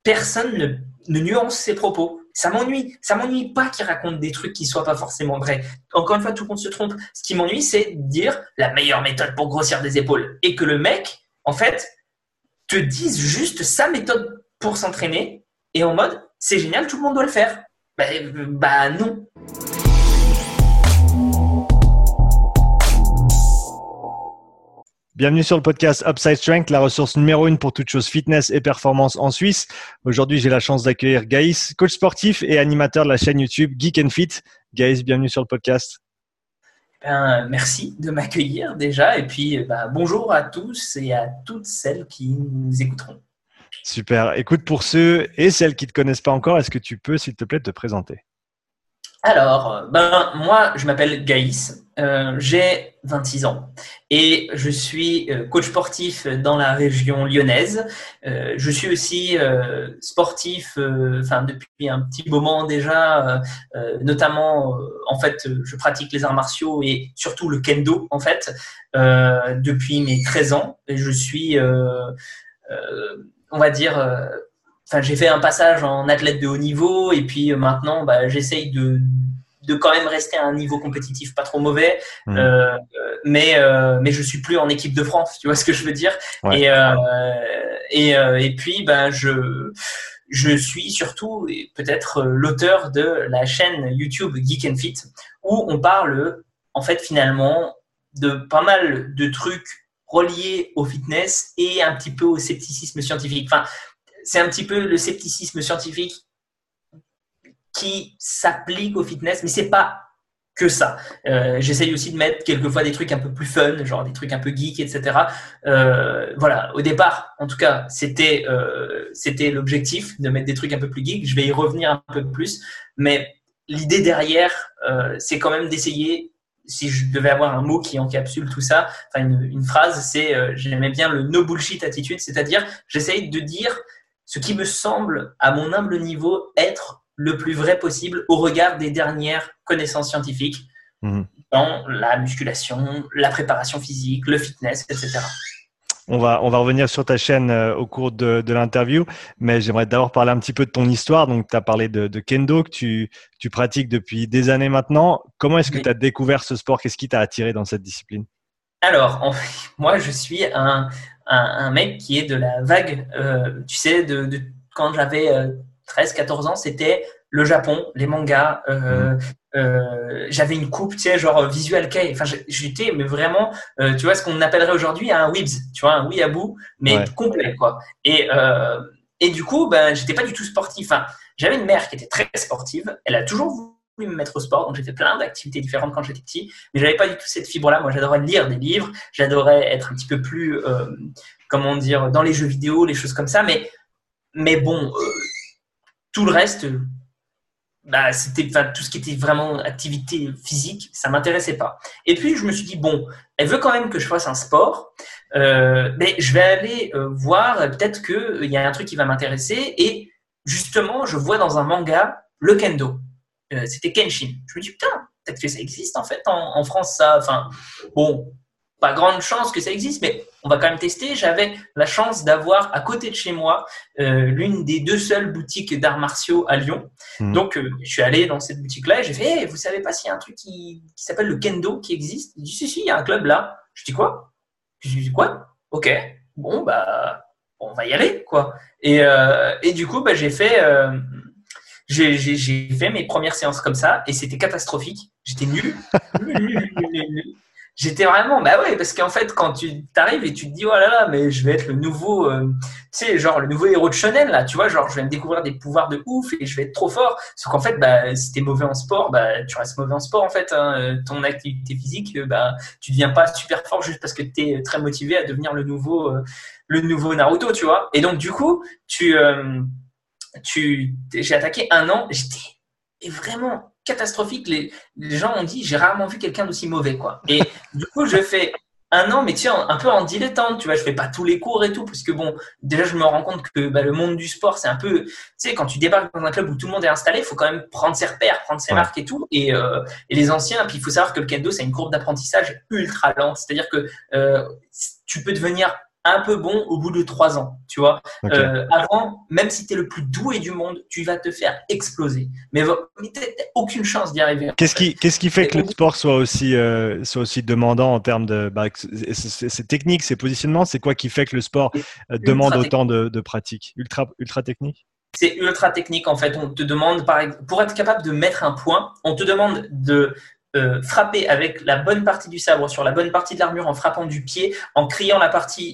personne ne nuance ses propos. Ça m'ennuie pas qu'il raconte des trucs qui soient pas forcément vrais. Encore une fois, tout le monde se trompe. Ce qui m'ennuie, c'est de dire la meilleure méthode pour grossir des épaules et que le mec, en fait, te dise juste sa méthode pour s'entraîner et en mode c'est génial, tout le monde doit le faire. Bah non. Bienvenue sur le podcast Upside Strength, la ressource numéro 1 pour toute chose fitness et performance en Suisse. Aujourd'hui, j'ai la chance d'accueillir Gaïs, coach sportif et animateur de la chaîne YouTube Geek and Fit. Gaïs, bienvenue sur le podcast. Merci de m'accueillir déjà et puis bonjour à tous et à toutes celles qui nous écouteront. Super. Écoute, pour ceux et celles qui ne te connaissent pas encore, est-ce que tu peux, s'il te plaît, te présenter ? Alors, moi, je m'appelle Gaïs, j'ai 26 ans et je suis coach sportif dans la région lyonnaise. Je suis aussi sportif depuis un petit moment déjà, notamment, en fait, je pratique les arts martiaux et surtout le kendo, en fait, depuis mes 13 ans. Et je suis, on va dire… j'ai fait un passage en athlète de haut niveau et puis maintenant, j'essaye de quand même rester à un niveau compétitif pas trop mauvais, mais je suis plus en équipe de France, tu vois ce que je veux dire. Ouais. Et puis je suis surtout peut-être l'auteur de la chaîne YouTube Geek and Fit où on parle en fait finalement de pas mal de trucs reliés au fitness et un petit peu au scepticisme scientifique. Enfin, c'est un petit peu le scepticisme scientifique qui s'applique au fitness, mais c'est pas que ça. J'essaye aussi de mettre quelquefois des trucs un peu plus fun, genre des trucs un peu geek, etc. Voilà, au départ, en tout cas, c'était l'objectif de mettre des trucs un peu plus geek. Je vais y revenir un peu plus, mais l'idée derrière, c'est quand même d'essayer. Si je devais avoir un mot qui encapsule tout ça, enfin une phrase, c'est j'aimais bien le no bullshit attitude, c'est-à-dire j'essaye de dire ce qui me semble, à mon humble niveau, être le plus vrai possible au regard des dernières connaissances scientifiques dans la musculation, la préparation physique, le fitness, etc. On va revenir sur ta chaîne au cours de l'interview, mais j'aimerais d'abord parler un petit peu de ton histoire. Donc, tu as parlé de kendo que tu pratiques depuis des années maintenant. Comment est-ce que tu as découvert ce sport ? Qu'est-ce qui t'a attiré dans cette discipline ? Alors, moi, je suis un mec qui est de la vague, tu sais, de quand j'avais 13-14 ans, c'était le Japon, les mangas. J'avais une coupe, tu sais, genre visual kei. Enfin, j'étais, mais vraiment, tu vois, ce qu'on appellerait aujourd'hui un weebs, tu vois, un weeaboo, mais complet, quoi. Et du coup, j'étais pas du tout sportif. Enfin, j'avais une mère qui était très sportive. Elle a toujours voulu me mettre au sport, donc j'ai fait plein d'activités différentes quand j'étais petit, mais j'avais pas du tout cette fibre-là. Moi, j'adorais lire des livres, j'adorais être un petit peu plus, comment dire, dans les jeux vidéo, les choses comme ça, mais bon, tout le reste, c'était, tout ce qui était vraiment activité physique, ça m'intéressait pas. Et puis, je me suis dit, bon, elle veut quand même que je fasse un sport, mais je vais aller voir, peut-être qu'il y a un truc qui va m'intéresser, et justement, je vois dans un manga le kendo. C'était Kenshin. Je me dis, putain, peut-être que ça existe en fait en France, ça. Enfin, bon, pas grande chance que ça existe, mais on va quand même tester. J'avais la chance d'avoir à côté de chez moi l'une des 2 seules boutiques d'arts martiaux à Lyon. Donc, je suis allé dans cette boutique-là et j'ai fait, hey, vous savez pas s'il y a un truc qui s'appelle le kendo qui existe ? Il dit, si, il y a un club là. Je dis, quoi ? Je dis, quoi ? Ok, bon, on va y aller, quoi. Et du coup, j'ai fait… J'ai fait mes premières séances comme ça et c'était catastrophique. J'étais nul. J'étais vraiment, parce qu'en fait, quand tu t'arrives et tu te dis, oh là là, mais je vais être le nouveau, tu sais, genre le nouveau héros de shonen, là, tu vois, genre je vais me découvrir des pouvoirs de ouf et je vais être trop fort. Sauf qu'en fait, si t'es mauvais en sport, tu restes mauvais en sport, en fait, hein. Ton activité physique, tu deviens pas super fort juste parce que t'es très motivé à devenir le nouveau Naruto, tu vois. Et donc, du coup, j'ai attaqué 1 an, j'étais vraiment catastrophique. Les gens ont dit, j'ai rarement vu quelqu'un d'aussi mauvais, quoi. Et du coup, je fais 1 an, mais tu sais, un peu en dilettante, tu vois, je fais pas tous les cours et tout, parce que bon, déjà, je me rends compte que le monde du sport, c'est un peu, tu sais, quand tu débarques dans un club où tout le monde est installé, il faut quand même prendre ses repères, prendre ses marques et tout, et les anciens, puis il faut savoir que le kendo, c'est une courbe d'apprentissage ultra lente, c'est-à-dire que tu peux devenir un peu bon au bout de 3 ans, tu vois. Ok. Avant, même si tu es le plus doué du monde, tu vas te faire exploser. Mais tu n'as aucune chance d'y arriver, en fait. Qu'est-ce qui fait Et que le sport soit aussi demandant en termes de c'est technique, c'est positionnement, c'est quoi qui fait que le sport c'est demande ultra autant de pratique? Ultra technique? C'est ultra technique en fait. On te demande, pour être capable de mettre un point, on te demande de frapper avec la bonne partie du sabre sur la bonne partie de l'armure en frappant du pied, en criant la partie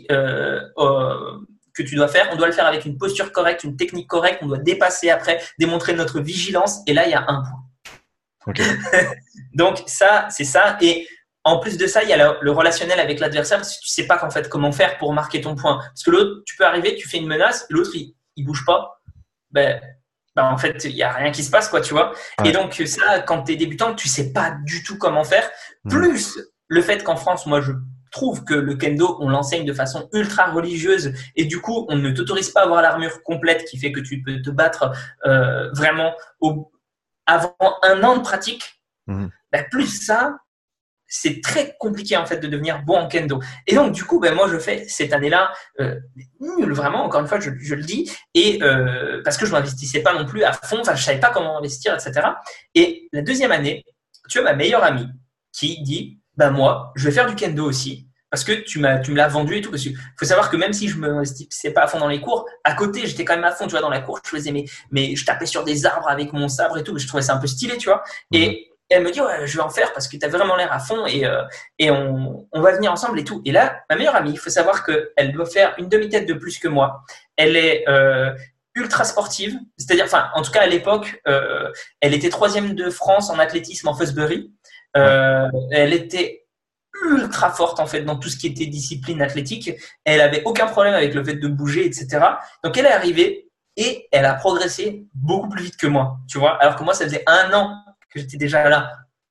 que tu dois faire. On doit le faire avec une posture correcte, une technique correcte. On doit dépasser après, démontrer notre vigilance. Et là, il y a un point. Ok. Donc ça, c'est ça. Et en plus de ça, il y a le relationnel avec l'adversaire parce que tu sais pas en fait comment faire pour marquer ton point. Parce que l'autre, tu peux arriver, tu fais une menace, l'autre il bouge pas. Ben, en fait, il n'y a rien qui se passe, quoi, tu vois. Et Ouais. donc, ça, quand tu es débutant, tu sais pas du tout comment faire. Mhm. Plus le fait qu'en France, moi, je trouve que le kendo, on l'enseigne de façon ultra religieuse et du coup, on ne t'autorise pas à avoir l'armure complète qui fait que tu peux te battre vraiment avant 1 an de pratique. Mhm. Ben, plus ça, c'est très compliqué en fait de devenir bon en kendo. Et donc du coup, ben moi je fais cette année-là nul vraiment. Encore une fois, je le dis, et parce que je m'investissais pas non plus à fond. Enfin, je savais pas comment investir, etc. Et la deuxième année, tu as ma meilleure amie qui dit, ben moi, je vais faire du kendo aussi. Parce que tu me l'as vendu et tout. Parce qu'il faut savoir que même si je me m'investissais pas à fond dans les cours, à côté, j'étais quand même à fond, tu vois, dans la cour. Je faisais mais je tapais sur des arbres avec mon sabre et tout. Je trouvais ça un peu stylé, tu vois. Mhm. Et elle me dit, ouais, je vais en faire parce que tu as vraiment l'air à fond et on va venir ensemble et tout. Et là, ma meilleure amie, il faut savoir qu'elle doit faire une demi-tête de plus que moi. Elle est ultra sportive, c'est-à-dire, enfin, en tout cas à l'époque, elle était 3e de France en athlétisme en Fosbury. Ouais. Elle était ultra forte en fait dans tout ce qui était discipline athlétique. Elle avait aucun problème avec le fait de bouger, etc. Donc elle est arrivée et elle a progressé beaucoup plus vite que moi, tu vois. Alors que moi, ça faisait 1 an que j'étais déjà là.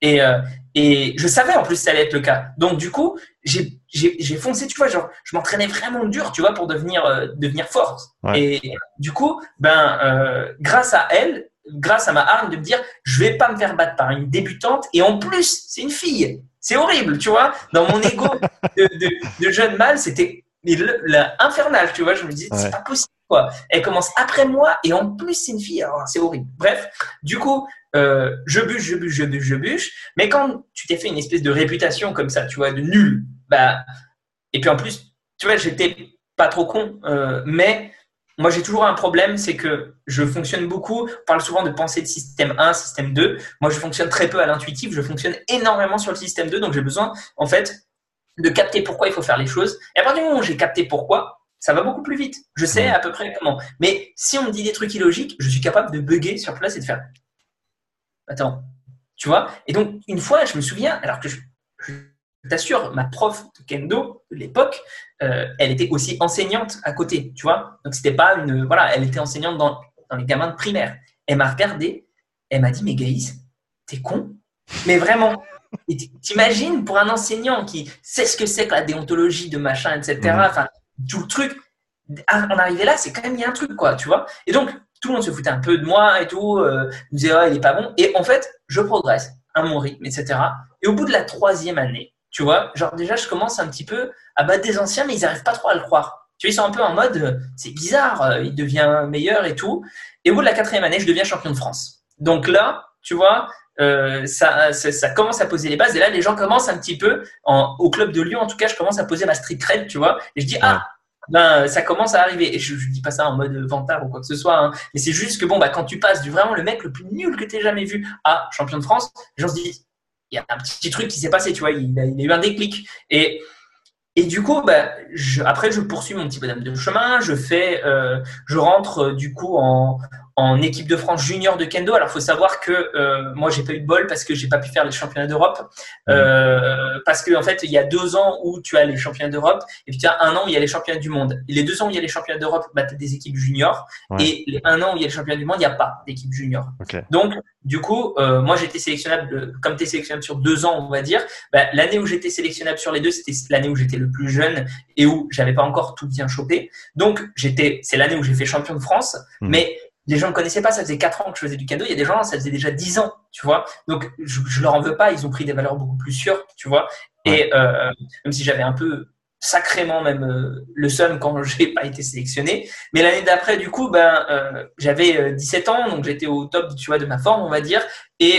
Et je savais en plus que ça allait être le cas. Donc du coup, j'ai foncé, tu vois, genre, je m'entraînais vraiment dur, tu vois, pour devenir fort. Ouais. Et du coup, grâce à elle, grâce à ma hargne de me dire, je vais pas me faire battre par une débutante et en plus, c'est une fille. C'est horrible, tu vois. Dans mon ego de jeune mâle, c'était infernal, tu vois. Je me disais, c'est Ouais. pas possible, quoi. Elle commence après moi et en plus, c'est une fille. Alors, c'est horrible. Bref, du coup, je bûche. Mais quand tu t'es fait une espèce de réputation comme ça, tu vois, de nul, bah, et puis en plus, tu vois, j'étais pas trop con, mais moi j'ai toujours un problème, c'est que je fonctionne beaucoup. On parle souvent de pensée de système 1, système 2. Moi je fonctionne très peu à l'intuitif, je fonctionne énormément sur le système 2, donc j'ai besoin en fait de capter pourquoi il faut faire les choses. Et à partir du moment où j'ai capté pourquoi, ça va beaucoup plus vite. Je sais Mhm. à peu près comment. Mais si on me dit des trucs illogiques, je suis capable de bugger sur place et de faire attends, tu vois. Et donc, une fois, je me souviens, alors que je t'assure, ma prof de kendo de l'époque, elle était aussi enseignante à côté, tu vois. Donc, c'était pas une. Voilà, elle était enseignante dans les gamins de primaire. Elle m'a regardé, elle m'a dit, mais Gaïs, t'es con? Mais vraiment. Et t'imagines pour un enseignant qui sait ce que c'est que la déontologie de machin, etc., Mhm. enfin, tout le truc, en arriver là, c'est quand même, il y a un truc, quoi, tu vois. Et donc, tout le monde se foutait un peu de moi et tout, me disait, oh, il est pas bon. Et en fait, je progresse à mon rythme, etc. Et au bout de la 3e année, tu vois, genre déjà, je commence un petit peu à battre des anciens, mais ils n'arrivent pas trop à le croire. Tu vois, ils sont un peu en mode, c'est bizarre, il devient meilleur et tout. Et au bout de la 4e année, je deviens champion de France. Donc là, tu vois, ça commence à poser les bases. Et là, les gens commencent un petit peu, au club de Lyon, en tout cas, je commence à poser ma street cred, tu vois. Et je dis, Ouais. ça commence à arriver. Et je dis pas ça en mode vantard ou quoi que ce soit, hein. Mais c'est juste que bon, quand tu passes du vraiment le mec le plus nul que tu aies jamais vu à champion de France, les gens se disent, il y a un petit truc qui s'est passé, tu vois, il a eu un déclic. Et du coup, après, je poursuis mon petit bonhomme de chemin. Je rentre du coup en équipe de France junior de kendo. Alors, faut savoir que moi, j'ai pas eu de bol parce que j'ai pas pu faire les championnats d'Europe. Mhm. Parce que en fait, il y a 2 ans où tu as les championnats d'Europe et puis tu as 1 an où il y a les championnats du monde. Et les 2 ans où il y a les championnats d'Europe, tu as des équipes juniors. Ouais. Et les 1 an où il y a les championnats du monde, il n'y a pas d'équipe junior. Ok. Donc, du coup, moi, j'étais sélectionnable, comme tu es sélectionnable sur 2 ans, on va dire. L'année où j'étais sélectionnable sur les 2, c'était l'année où j'étais le plus jeune et où j'avais pas encore tout bien chopé. Donc, c'est l'année où j'ai fait champion de France, Mhm. mais les gens ne connaissaient pas, ça faisait 4 ans que je faisais du kendo. Il y a des gens, ça faisait déjà 10 ans, tu vois. Donc, je leur en veux pas, ils ont pris des valeurs beaucoup plus sûres, tu vois. Ouais. Et même si j'avais un peu sacrément même le seum quand j'ai pas été sélectionné. Mais l'année d'après, du coup, j'avais 17 ans, donc j'étais au top, tu vois, de ma forme, on va dire,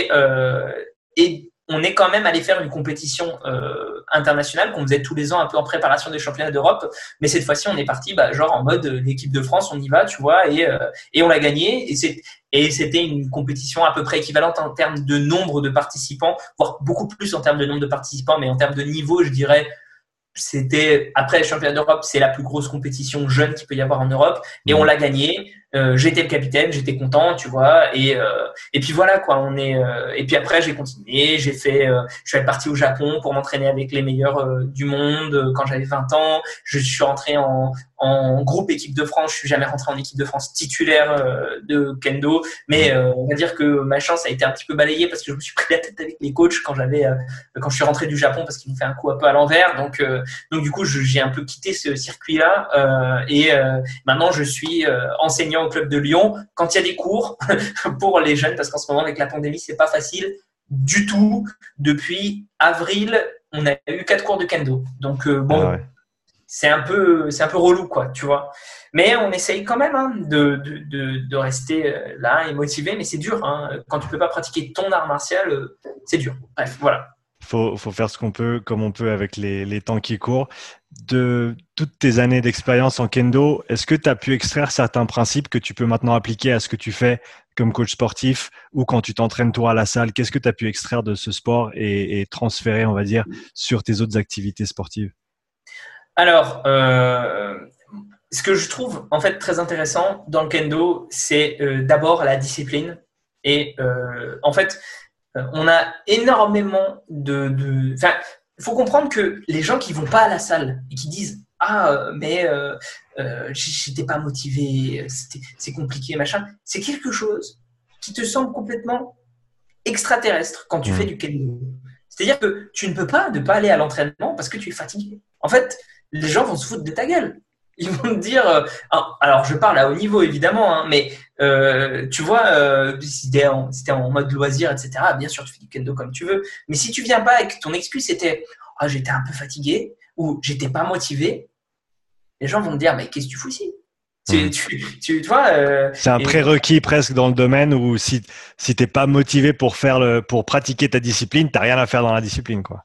et on est quand même allé faire une compétition internationale qu'on faisait tous les ans un peu en préparation des championnats d'Europe. Mais cette fois-ci, on est parti genre en mode l'équipe de France, on y va, tu vois, et on l'a gagné. Et c'était une compétition à peu près équivalente en termes de nombre de participants, voire beaucoup plus en termes de nombre de participants, mais en termes de niveau, je dirais, c'était après les championnats d'Europe, c'est la plus grosse compétition jeune qu'il peut y avoir en Europe, et on l'a gagné. J'étais le capitaine, j'étais content, tu vois, et puis voilà quoi. Et puis après j'ai continué, je suis parti au Japon pour m'entraîner avec les meilleurs du monde quand j'avais 20 ans. Je suis rentré en groupe équipe de France. Je suis jamais rentré en équipe de France titulaire de kendo, mais on va dire que ma chance a été un petit peu balayée parce que je me suis pris la tête avec les coachs quand je suis rentré du Japon parce qu'ils m'ont fait un coup un peu à l'envers. Donc du coup j'ai un peu quitté ce circuit-là et maintenant je suis enseignant au club de Lyon quand il y a des cours pour les jeunes, parce qu'en ce moment avec la pandémie c'est pas facile du tout. Depuis avril on a eu 4 cours de kendo, donc c'est un peu relou quoi, tu vois, mais on essaye quand même de rester là et motivé, mais c'est dur quand tu peux pas pratiquer ton art martial, c'est dur. Bref, voilà. Faut faire ce qu'on peut, comme on peut avec les temps qui courent. De toutes tes années d'expérience en kendo, est-ce que tu as pu extraire certains principes que tu peux maintenant appliquer à ce que tu fais comme coach sportif ou quand tu t'entraînes toi à la salle? Qu'est-ce que tu as pu extraire de ce sport et transférer, on va dire, sur tes autres activités sportives? Alors, ce que je trouve en fait très intéressant dans le kendo, c'est d'abord la discipline. Et en fait, on a énormément Enfin, il faut comprendre que les gens qui vont pas à la salle et qui disent j'étais pas motivé, c'est compliqué, machin, c'est quelque chose qui te semble complètement extraterrestre quand tu fais du kendo. C'est-à-dire que tu ne peux pas ne pas aller à l'entraînement parce que tu es fatigué. En fait, les gens vont se foutre de ta gueule. Ils vont te dire, alors je parle à haut niveau évidemment, mais tu vois, si t'es en mode loisir, etc., bien sûr tu fais du kendo comme tu veux, mais si tu viens pas avec ton excuse, c'était j'étais un peu fatigué ou j'étais pas motivé, les gens vont te dire, mais qu'est-ce que tu fous ici? Tu vois, c'est un prérequis presque dans le domaine où si t'es pas motivé pour pratiquer ta discipline, t'as rien à faire dans la discipline, quoi.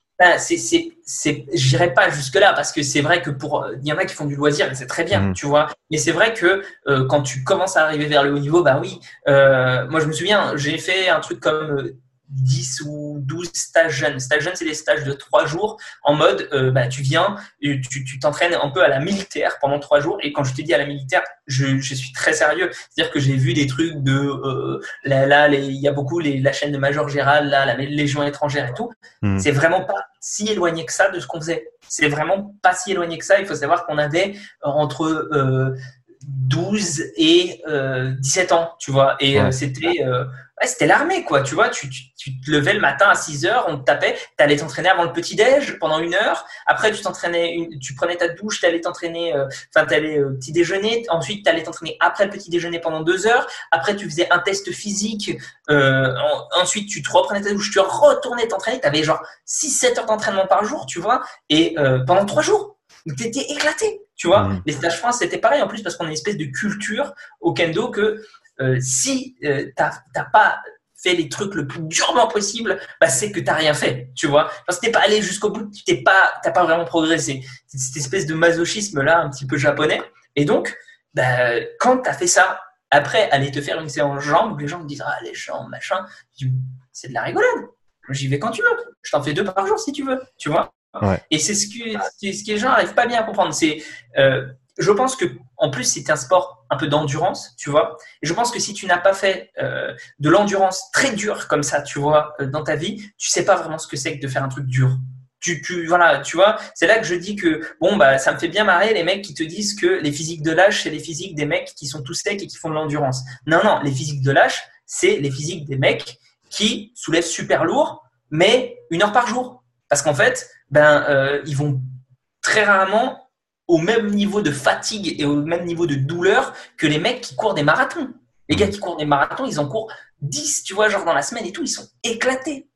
J'irai pas jusque là parce que c'est vrai que il y en a qui font du loisir et c'est très bien, tu vois, mais c'est vrai que quand tu commences à arriver vers le haut niveau, oui, moi je me souviens, j'ai fait un truc comme 10 ou 12 stages jeunes. Stages jeunes, c'est des stages de 3 jours en mode tu viens, tu t'entraînes un peu à la militaire pendant 3 jours, et quand je te dis à la militaire, je suis très sérieux. C'est-à-dire que j'ai vu des trucs de il y a beaucoup la chaîne de Major Gérald, la Légion étrangère et tout. C'est vraiment pas si éloigné que ça de ce qu'on faisait. C'est vraiment pas si éloigné que ça. Il faut savoir qu'on avait entre 12 et 17 ans, tu vois, et c'était l'armée, quoi, tu vois, tu te levais le matin à 6h, on te tapait, t'allais t'entraîner avant le petit-déj pendant 1 heure, après tu prenais ta douche, t'allais t'entraîner, t'allais petit déjeuner, ensuite t'allais t'entraîner après le petit déjeuner pendant 2 heures, après tu faisais un test physique, ensuite tu te reprenais ta douche, tu retournais t'entraîner, t'avais genre 6-7 heures d'entraînement par jour, tu vois, et pendant 3 jours. Donc t'étais éclaté, tu vois. Les stages fins, c'était pareil en plus parce qu'on a une espèce de culture au kendo que si t'as pas fait les trucs le plus durement possible, c'est que t'as rien fait, tu vois. Parce que t'es pas allé jusqu'au bout, t'as pas vraiment progressé. C'est cette espèce de masochisme là, un petit peu japonais. Et donc, quand t'as fait ça, après aller te faire une séance jambes, où les gens me disent les jambes, machin, c'est de la rigolade. J'y vais quand tu veux. Je t'en fais 2 par jour si tu veux, tu vois. Ouais. Et c'est ce que les gens n'arrivent pas bien à comprendre. Je pense que en plus c'est un sport un peu d'endurance, tu vois. Et je pense que si tu n'as pas fait de l'endurance très dure comme ça, tu vois, dans ta vie, tu sais pas vraiment ce que c'est que de faire un truc dur. Voilà, tu vois. C'est là que je dis que ça me fait bien marrer les mecs qui te disent que les physiques de lâche c'est les physiques des mecs qui sont tout secs et qui font de l'endurance. Non, les physiques de lâche c'est les physiques des mecs qui soulèvent super lourd, mais 1 heure par jour. Parce qu'en fait, ils vont très rarement au même niveau de fatigue et au même niveau de douleur que les mecs qui courent des marathons. Les gars qui courent des marathons, ils en courent 10, tu vois, genre dans la semaine et tout, ils sont éclatés.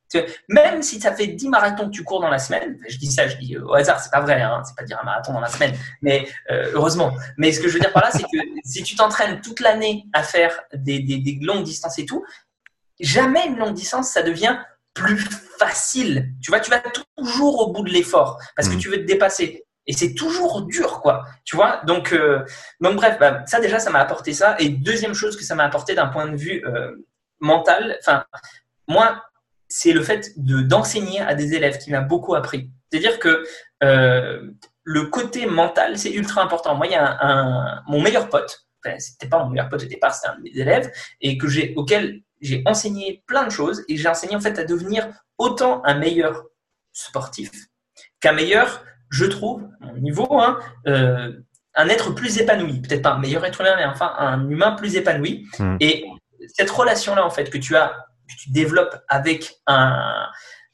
Même si ça fait 10 marathons que tu cours dans la semaine, je dis ça, je dis au hasard, c'est pas vrai, hein, c'est pas dire un marathon dans la semaine, mais heureusement. Mais ce que je veux dire par là, c'est que si tu t'entraînes toute l'année à faire des longues distances et tout, jamais une longue distance, ça devient plus facile. Tu vois, tu vas toujours au bout de l'effort parce que tu veux te dépasser. Et c'est toujours dur, quoi. Tu vois, donc bref, bah, ça déjà, ça m'a apporté ça. Et deuxième chose que ça m'a apporté d'un point de vue mental, enfin, moi, c'est le fait d'enseigner à des élèves qui m'a beaucoup appris. C'est-à-dire que le côté mental, c'est ultra important. Moi, il y a mon meilleur pote, enfin, c'était pas mon meilleur pote au départ, c'était un de mes élèves, et auquel j'ai enseigné plein de choses, et j'ai enseigné en fait à devenir autant un meilleur sportif qu'un meilleur, je trouve, à mon niveau, hein, un être plus épanoui. Peut-être pas un meilleur être humain, mais enfin un humain plus épanoui. Et cette relation-là, en fait, que tu développes avec un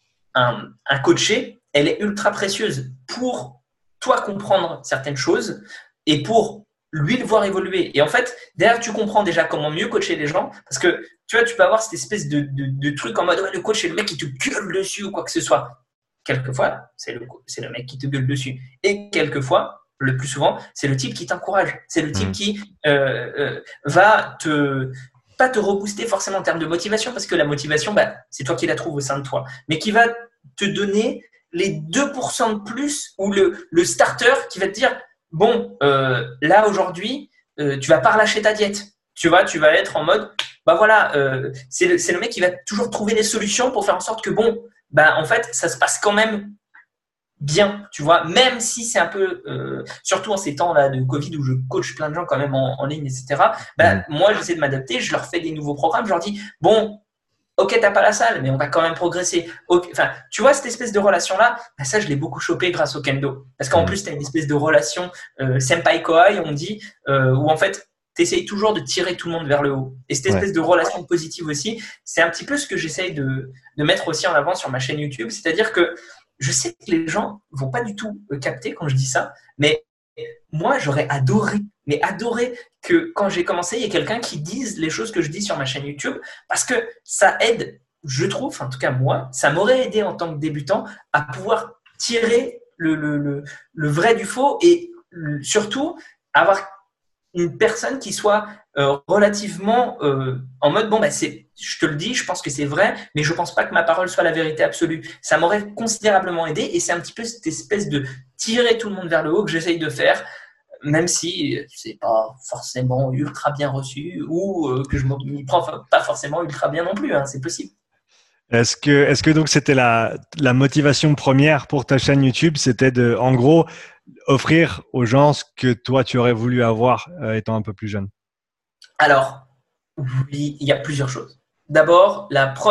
coaché, elle est ultra précieuse pour toi comprendre certaines choses et pour lui le voir évoluer. Et en fait, derrière, tu comprends déjà comment mieux coacher les gens parce que tu vois, tu peux avoir cette espèce de truc en mode ouais, le coach, c'est le mec qui te gueule dessus ou quoi que ce soit. Quelquefois, c'est le mec qui te gueule dessus. Et quelquefois, le plus souvent, c'est le type qui t'encourage. C'est le type qui va pas te rebooster forcément en termes de motivation, parce que la motivation, bah, c'est toi qui la trouves au sein de toi, mais qui va te donner les 2% de plus ou le starter qui va te dire, bon, là aujourd'hui, tu vas pas relâcher ta diète. Tu vas être en mode, bah voilà, c'est le mec qui va toujours trouver des solutions pour faire en sorte que, bon, bah en fait, ça se passe quand même bien, tu vois, même si c'est un peu, surtout en ces temps-là de Covid où je coach plein de gens quand même en ligne, etc. Bah, moi, j'essaie de m'adapter, je leur fais des nouveaux programmes, je leur dis, bon, ok, t'as pas la salle, mais on va quand même progresser. Okay. Enfin, tu vois, cette espèce de relation-là, bah, ça, je l'ai beaucoup chopé grâce au kendo. Parce qu'en plus, t'as une espèce de relation senpai-kohai, on dit, où en fait, t'essayes toujours de tirer tout le monde vers le haut. Et cette espèce de relation positive aussi, c'est un petit peu ce que j'essaye de mettre aussi en avant sur ma chaîne YouTube. C'est-à-dire que je sais que les gens vont pas du tout capter quand je dis ça, mais moi, j'aurais adoré que quand j'ai commencé, il y ait quelqu'un qui dise les choses que je dis sur ma chaîne YouTube, parce que ça aide, je trouve, en tout cas moi, ça m'aurait aidé en tant que débutant à pouvoir tirer le vrai du faux et surtout avoir une personne qui soit relativement en mode bon, bah, je te le dis, je pense que c'est vrai, mais je pense pas que ma parole soit la vérité absolue. Ça m'aurait considérablement aidé et c'est un petit peu cette espèce de tirer tout le monde vers le haut que j'essaye de faire, même si c'est pas forcément ultra bien reçu ou que je m'y prends pas forcément ultra bien non plus, hein, c'est possible. Est-ce que donc c'était la motivation première pour ta chaîne YouTube, c'était de, en gros, offrir aux gens ce que toi tu aurais voulu avoir étant un peu plus jeune? Alors, oui, il y a plusieurs choses. D'abord,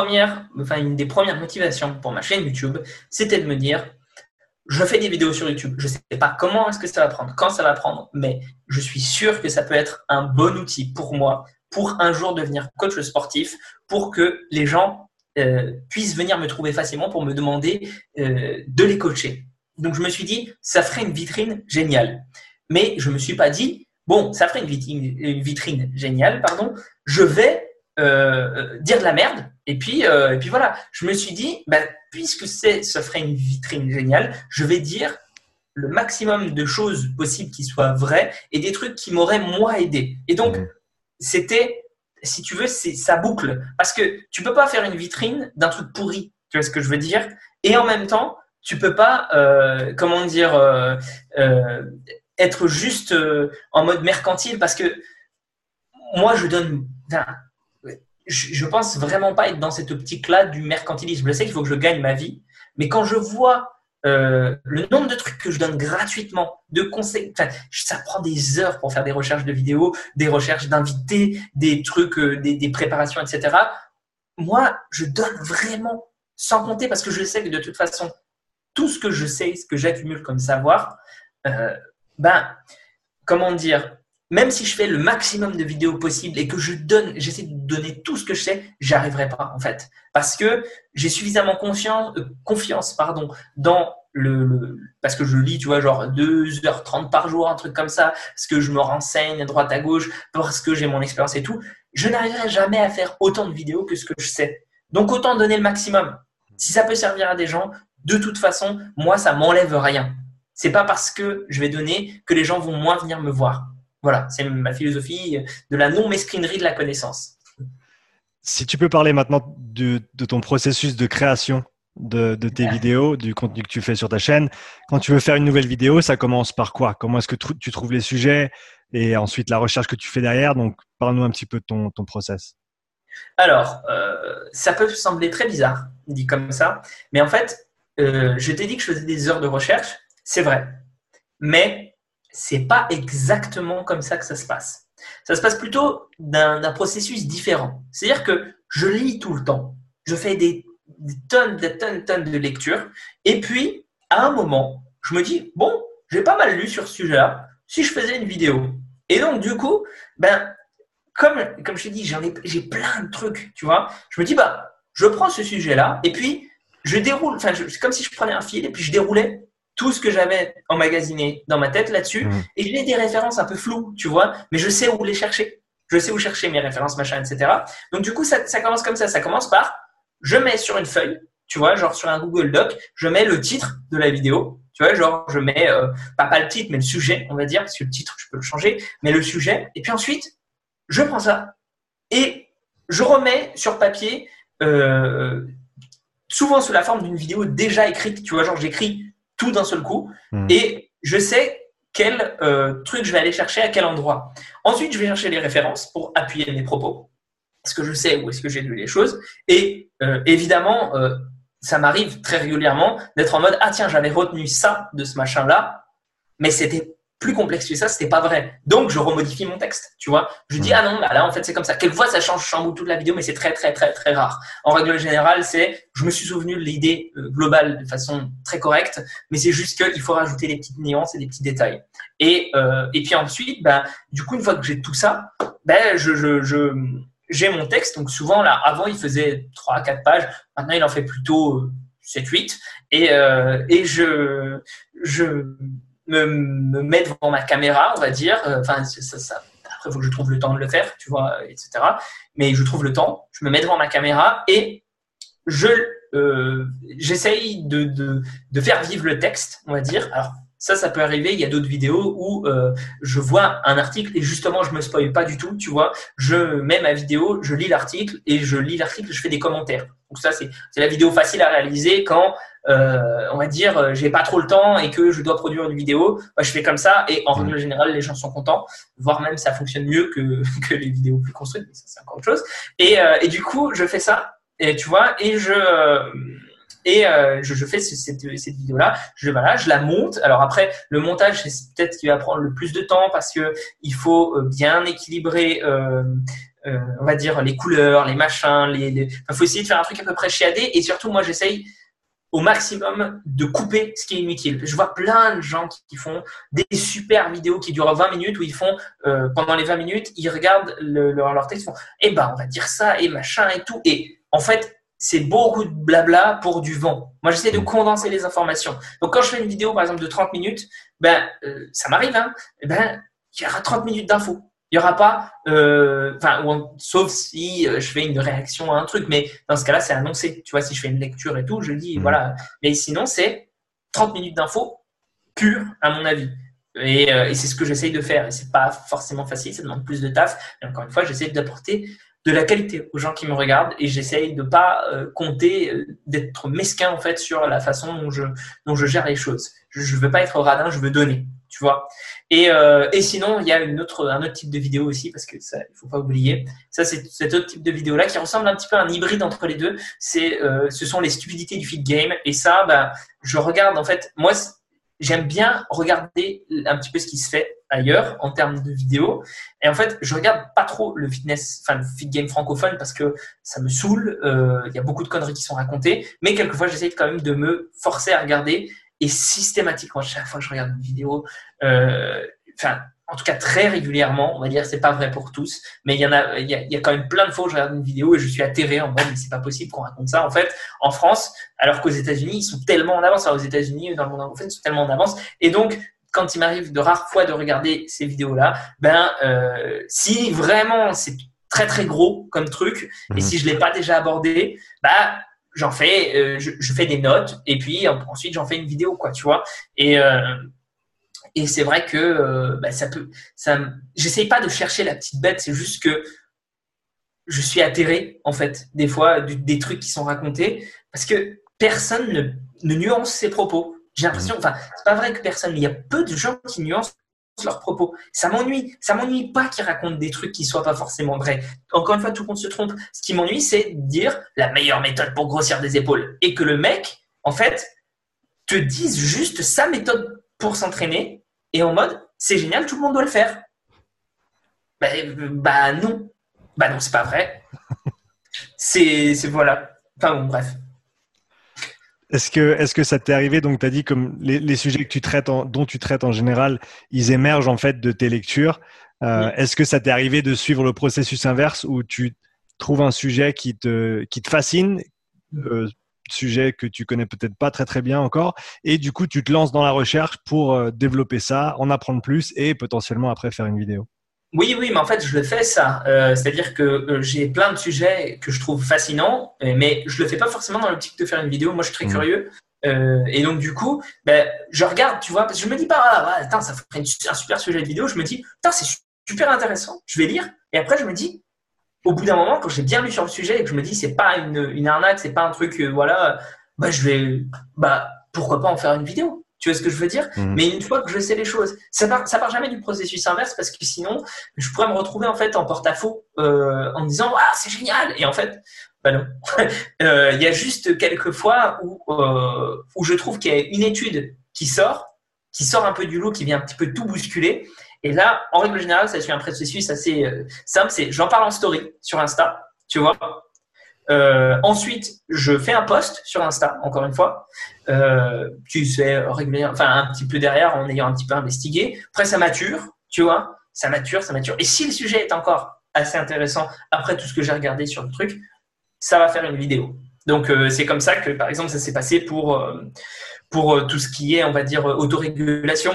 une des premières motivations pour ma chaîne YouTube, c'était de me dire, je fais des vidéos sur YouTube, je ne sais pas comment est-ce que ça va prendre, quand ça va prendre, mais je suis sûr que ça peut être un bon outil pour moi, pour un jour devenir coach sportif, pour que les gens puissent venir me trouver facilement pour me demander de les coacher. Donc, je me suis dit, ça ferait une vitrine géniale. Mais je ne me suis pas dit, bon, ça ferait une vitrine géniale, pardon, je vais dire de la merde. Et puis voilà, je me suis dit, bah, puisque ça ferait une vitrine géniale, je vais dire le maximum de choses possibles qui soient vraies et des trucs qui m'auraient moi aidé. Et donc, c'était, si tu veux, ça boucle. Parce que tu peux pas faire une vitrine d'un truc pourri, tu vois ce que je veux dire? Et en même temps, tu peux pas, être juste en mode mercantile parce que moi, je pense vraiment pas être dans cette optique-là du mercantilisme. Je sais qu'il faut que je gagne ma vie, mais quand je vois le nombre de trucs que je donne gratuitement, de conseils, ça prend des heures pour faire des recherches de vidéos, des recherches d'invités, des trucs, des préparations, etc. Moi, je donne vraiment sans compter parce que je sais que de toute façon, tout ce que je sais, ce que j'accumule comme savoir, même si je fais le maximum de vidéos possible et que j'essaie de donner tout ce que je sais, j'y arriverai pas en fait. Parce que j'ai suffisamment confiance dans parce que je lis, tu vois, genre 2h30 par jour, un truc comme ça, parce que je me renseigne à droite à gauche, parce que j'ai mon expérience et tout. Je n'arriverai jamais à faire autant de vidéos que ce que je sais. Donc autant donner le maximum. Si ça peut servir à des gens, de toute façon, moi, ça m'enlève rien. C'est pas parce que je vais donner que les gens vont moins venir me voir. Voilà, c'est ma philosophie de la non-mesquinerie de la connaissance. Si tu peux parler maintenant de ton processus de création de tes vidéos, du contenu que tu fais sur ta chaîne. Quand tu veux faire une nouvelle vidéo, ça commence par quoi? Comment est-ce que tu trouves les sujets et ensuite la recherche que tu fais derrière? Donc, parle-nous un petit peu de ton process. Alors, ça peut sembler très bizarre, dit comme ça, mais en fait, je t'ai dit que je faisais des heures de recherche, c'est vrai, mais c'est pas exactement comme ça que ça se passe. Ça se passe plutôt d'un processus différent. C'est-à-dire que je lis tout le temps, je fais des tonnes de lectures, et puis à un moment, je me dis bon, j'ai pas mal lu sur ce sujet-là. Si je faisais une vidéo, et donc du coup, ben comme je t'ai dit, j'ai plein de trucs, tu vois. Je me dis, bah, je prends ce sujet-là et puis je déroule, c'est comme si je prenais un fil et puis je déroulais tout ce que j'avais emmagasiné dans ma tête là-dessus et j'ai des références un peu floues, tu vois, mais je sais où les chercher. Je sais où chercher mes références, machin, etc. Donc, du coup, ça commence comme ça. Ça commence par, je mets sur une feuille, tu vois, genre sur un Google Doc, je mets le titre de la vidéo. Tu vois, genre, je mets, pas le titre, mais le sujet, on va dire, parce que le titre, je peux le changer, mais le sujet. Et puis ensuite, je prends ça et je remets sur papier, souvent sous la forme d'une vidéo déjà écrite. Tu vois, genre j'écris tout d'un seul coup et je sais quel truc je vais aller chercher à quel endroit. Ensuite, je vais chercher les références pour appuyer mes propos. Est-ce que je sais où est-ce que j'ai lu les choses? Et évidemment, ça m'arrive très régulièrement d'être en mode « Ah tiens, j'avais retenu ça de ce machin-là, mais c'était plus complexe que ça, c'était pas vrai. » Donc, je remodifie mon texte, tu vois. Je dis « Ah non, bah là, en fait, c'est comme ça. » Quelquefois, ça change, je chamboule toute la vidéo, mais c'est très, très, très, très rare. En règle générale, je me suis souvenu de l'idée globale de façon très correcte, mais c'est juste qu'il faut rajouter des petites nuances et des petits détails. Et puis ensuite, bah, du coup, une fois que j'ai tout ça, bah, j'ai mon texte. Donc souvent, là, avant, il faisait 3-4 pages. Maintenant, il en fait plutôt 7-8. Et je me mets devant ma caméra, on va dire. Enfin, après, il faut que je trouve le temps de le faire, tu vois, etc. Mais je trouve le temps. Je me mets devant ma caméra et j'essaye de faire vivre le texte, on va dire. Alors, ça peut arriver. Il y a d'autres vidéos où je vois un article et justement, je me spoil pas du tout, tu vois. Je mets ma vidéo, je lis l'article et je fais des commentaires. Donc ça, c'est la vidéo facile à réaliser quand, on va dire, j'ai pas trop le temps et que je dois produire une vidéo. Bah, je fais comme ça et en règle générale, les gens sont contents, voire même ça fonctionne mieux que les vidéos plus construites, mais ça, c'est encore autre chose. Et du coup, je fais ça, et tu vois, et je fais cette vidéo-là, je la monte. Alors après, le montage, c'est peut-être ce qui va prendre le plus de temps parce que il faut bien équilibrer, on va dire, les couleurs, les machins, faut essayer de faire un truc à peu près chiadé. Et surtout, moi, j'essaye au maximum de couper ce qui est inutile. Je vois plein de gens qui font des super vidéos qui durent 20 minutes où ils font, pendant les 20 minutes, ils regardent leur texte, ils font, eh ben, on va dire ça et machin et tout. Et en fait, c'est beaucoup de blabla pour du vent. Moi, j'essaie de condenser les informations. Donc, quand je fais une vidéo, par exemple, de 30 minutes, ça m'arrive, hein, il y aura 30 minutes d'infos. Il n'y aura pas, sauf si je fais une réaction à un truc, mais dans ce cas-là, c'est annoncé. Tu vois, si je fais une lecture et tout, je dis, voilà. Mais sinon, c'est 30 minutes d'infos pures, à mon avis. Et c'est ce que j'essaye de faire. Et c'est pas forcément facile, ça demande plus de taf. Mais encore une fois, j'essaie d'apporter de la qualité aux gens qui me regardent et j'essaye de pas compter, d'être mesquin en fait sur la façon dont je gère les choses. Je veux pas être radin, je veux donner, tu vois. Et sinon, il y a un autre type de vidéo aussi parce que ça, il faut pas oublier. Ça, c'est cet autre type de vidéo là qui ressemble un petit peu à un hybride entre les deux. Ce sont les stupidités du feed game et ça, je regarde en fait. Moi, j'aime bien regarder un petit peu ce qui se fait ailleurs en termes de vidéos. Et en fait, je regarde pas trop le feed game francophone parce que ça me saoule. Il y a beaucoup de conneries qui sont racontées. Mais quelquefois, j'essaie quand même de me forcer à regarder. Et systématiquement, chaque fois que je regarde une vidéo, en tout cas très régulièrement, on va dire, c'est pas vrai pour tous, mais il y a quand même plein de fois où je regarde une vidéo et je suis atterré en mode mais c'est pas possible qu'on raconte ça en fait en France, alors qu'aux États-Unis ils sont tellement en avance. Alors, aux États-Unis, dans le monde anglophone, ils sont tellement en avance. Et donc quand il m'arrive de rares fois de regarder ces vidéos-là, si vraiment c'est très très gros comme truc et si je l'ai pas déjà abordé, je fais des notes et puis ensuite j'en fais une vidéo, quoi, tu vois. Et c'est vrai que j'essaye pas de chercher la petite bête, c'est juste que je suis atterré, en fait, des fois, des trucs qui sont racontés, parce que personne ne nuance ses propos. J'ai l'impression, enfin, c'est pas vrai que personne, mais il y a peu de gens qui nuancent leurs propos. Ça m'ennuie pas qu'ils racontent des trucs qui soient pas forcément vrais. Encore une fois, tout le monde se trompe. Ce qui m'ennuie, c'est de dire la meilleure méthode pour grossir des épaules. Et que le mec, en fait, te dise juste sa méthode pour s'entraîner, et en mode, c'est génial, tout le monde doit le faire. Non. Bah non, c'est pas vrai. C'est voilà. Enfin bon, bref. Est-ce que ça t'est arrivé, donc tu as dit comme les sujets que tu traites dont tu traites en général, ils émergent en fait de tes lectures. Est-ce que ça t'est arrivé de suivre le processus inverse où tu trouves un sujet qui te fascine, sujet que tu connais peut-être pas très très bien encore, et du coup tu te lances dans la recherche pour développer ça, en apprendre plus et potentiellement après faire une vidéo? Oui, mais en fait, je le fais ça. C'est-à-dire que j'ai plein de sujets que je trouve fascinants, mais je le fais pas forcément dans l'optique de faire une vidéo. Moi, je suis très curieux. Et donc, du coup, je regarde, tu vois, parce que je me dis pas, attends, ça ferait un super sujet de vidéo. Je me dis, putain, c'est super intéressant. Je vais lire. Et après, je me dis, au bout d'un moment, quand j'ai bien lu sur le sujet et que je me dis, c'est pas une arnaque, c'est pas un truc, pourquoi pas en faire une vidéo? Tu vois ce que je veux dire? Mais une fois que je sais les choses, ça part jamais du processus inverse parce que sinon, je pourrais me retrouver en fait en porte-à-faux en me disant ah c'est génial et en fait non. Il y a juste quelques fois où je trouve qu'il y a une étude qui sort un peu du lot, qui vient un petit peu tout bousculer. Et là, en règle générale, ça suit un processus assez simple. C'est j'en parle en story sur Insta, tu vois. Ensuite, je fais un post sur Insta, encore une fois, tu sais, régulièrement, enfin un petit peu derrière en ayant un petit peu investigué. Après, ça mature, tu vois, ça mature. Et si le sujet est encore assez intéressant après tout ce que j'ai regardé sur le truc, ça va faire une vidéo. Donc, c'est comme ça que, par exemple, ça s'est passé pour tout ce qui est, on va dire, autorégulation.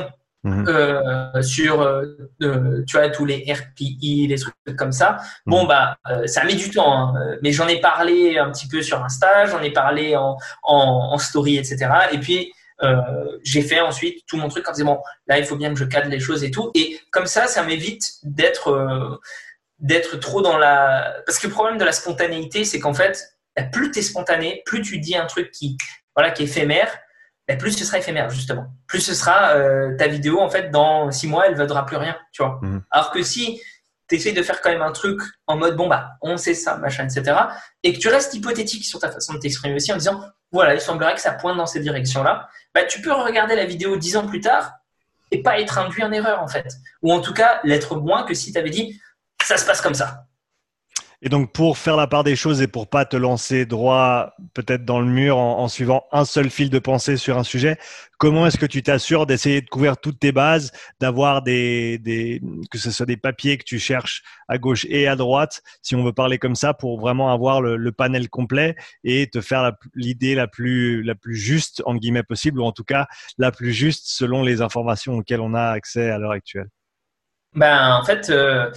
Sur tu vois tous les RPI, les trucs comme ça. Bon ça met du temps, hein, mais j'en ai parlé un petit peu sur Insta, j'en ai parlé en story, etc. Et puis j'ai fait ensuite tout mon truc en disant bon là il faut bien que je cadre les choses et tout. Et comme ça m'évite d'être trop dans parce que le problème de la spontanéité, c'est qu'en fait plus t'es spontané, plus tu dis un truc qui est éphémère, plus ce sera éphémère, justement. Plus ce sera ta vidéo, en fait, dans 6 mois, elle ne vaudra plus rien, tu vois. Alors que si tu essayes de faire quand même un truc en mode, on sait ça, machin, etc., et que tu restes hypothétique sur ta façon de t'exprimer aussi en disant, voilà, il semblerait que ça pointe dans cette direction-là, tu peux regarder la vidéo 10 ans plus tard et pas être induit en erreur, en fait. Ou en tout cas, l'être moins que si tu avais dit, ça se passe comme ça. Et donc, pour faire la part des choses et pour pas te lancer droit peut-être dans le mur en suivant un seul fil de pensée sur un sujet, comment est-ce que tu t'assures d'essayer de couvrir toutes tes bases, d'avoir que ce soit des papiers que tu cherches à gauche et à droite, si on veut parler comme ça, pour vraiment avoir le panel complet et te faire l'idée la plus juste, entre guillemets, possible, ou en tout cas la plus juste selon les informations auxquelles on a accès à l'heure actuelle? En fait,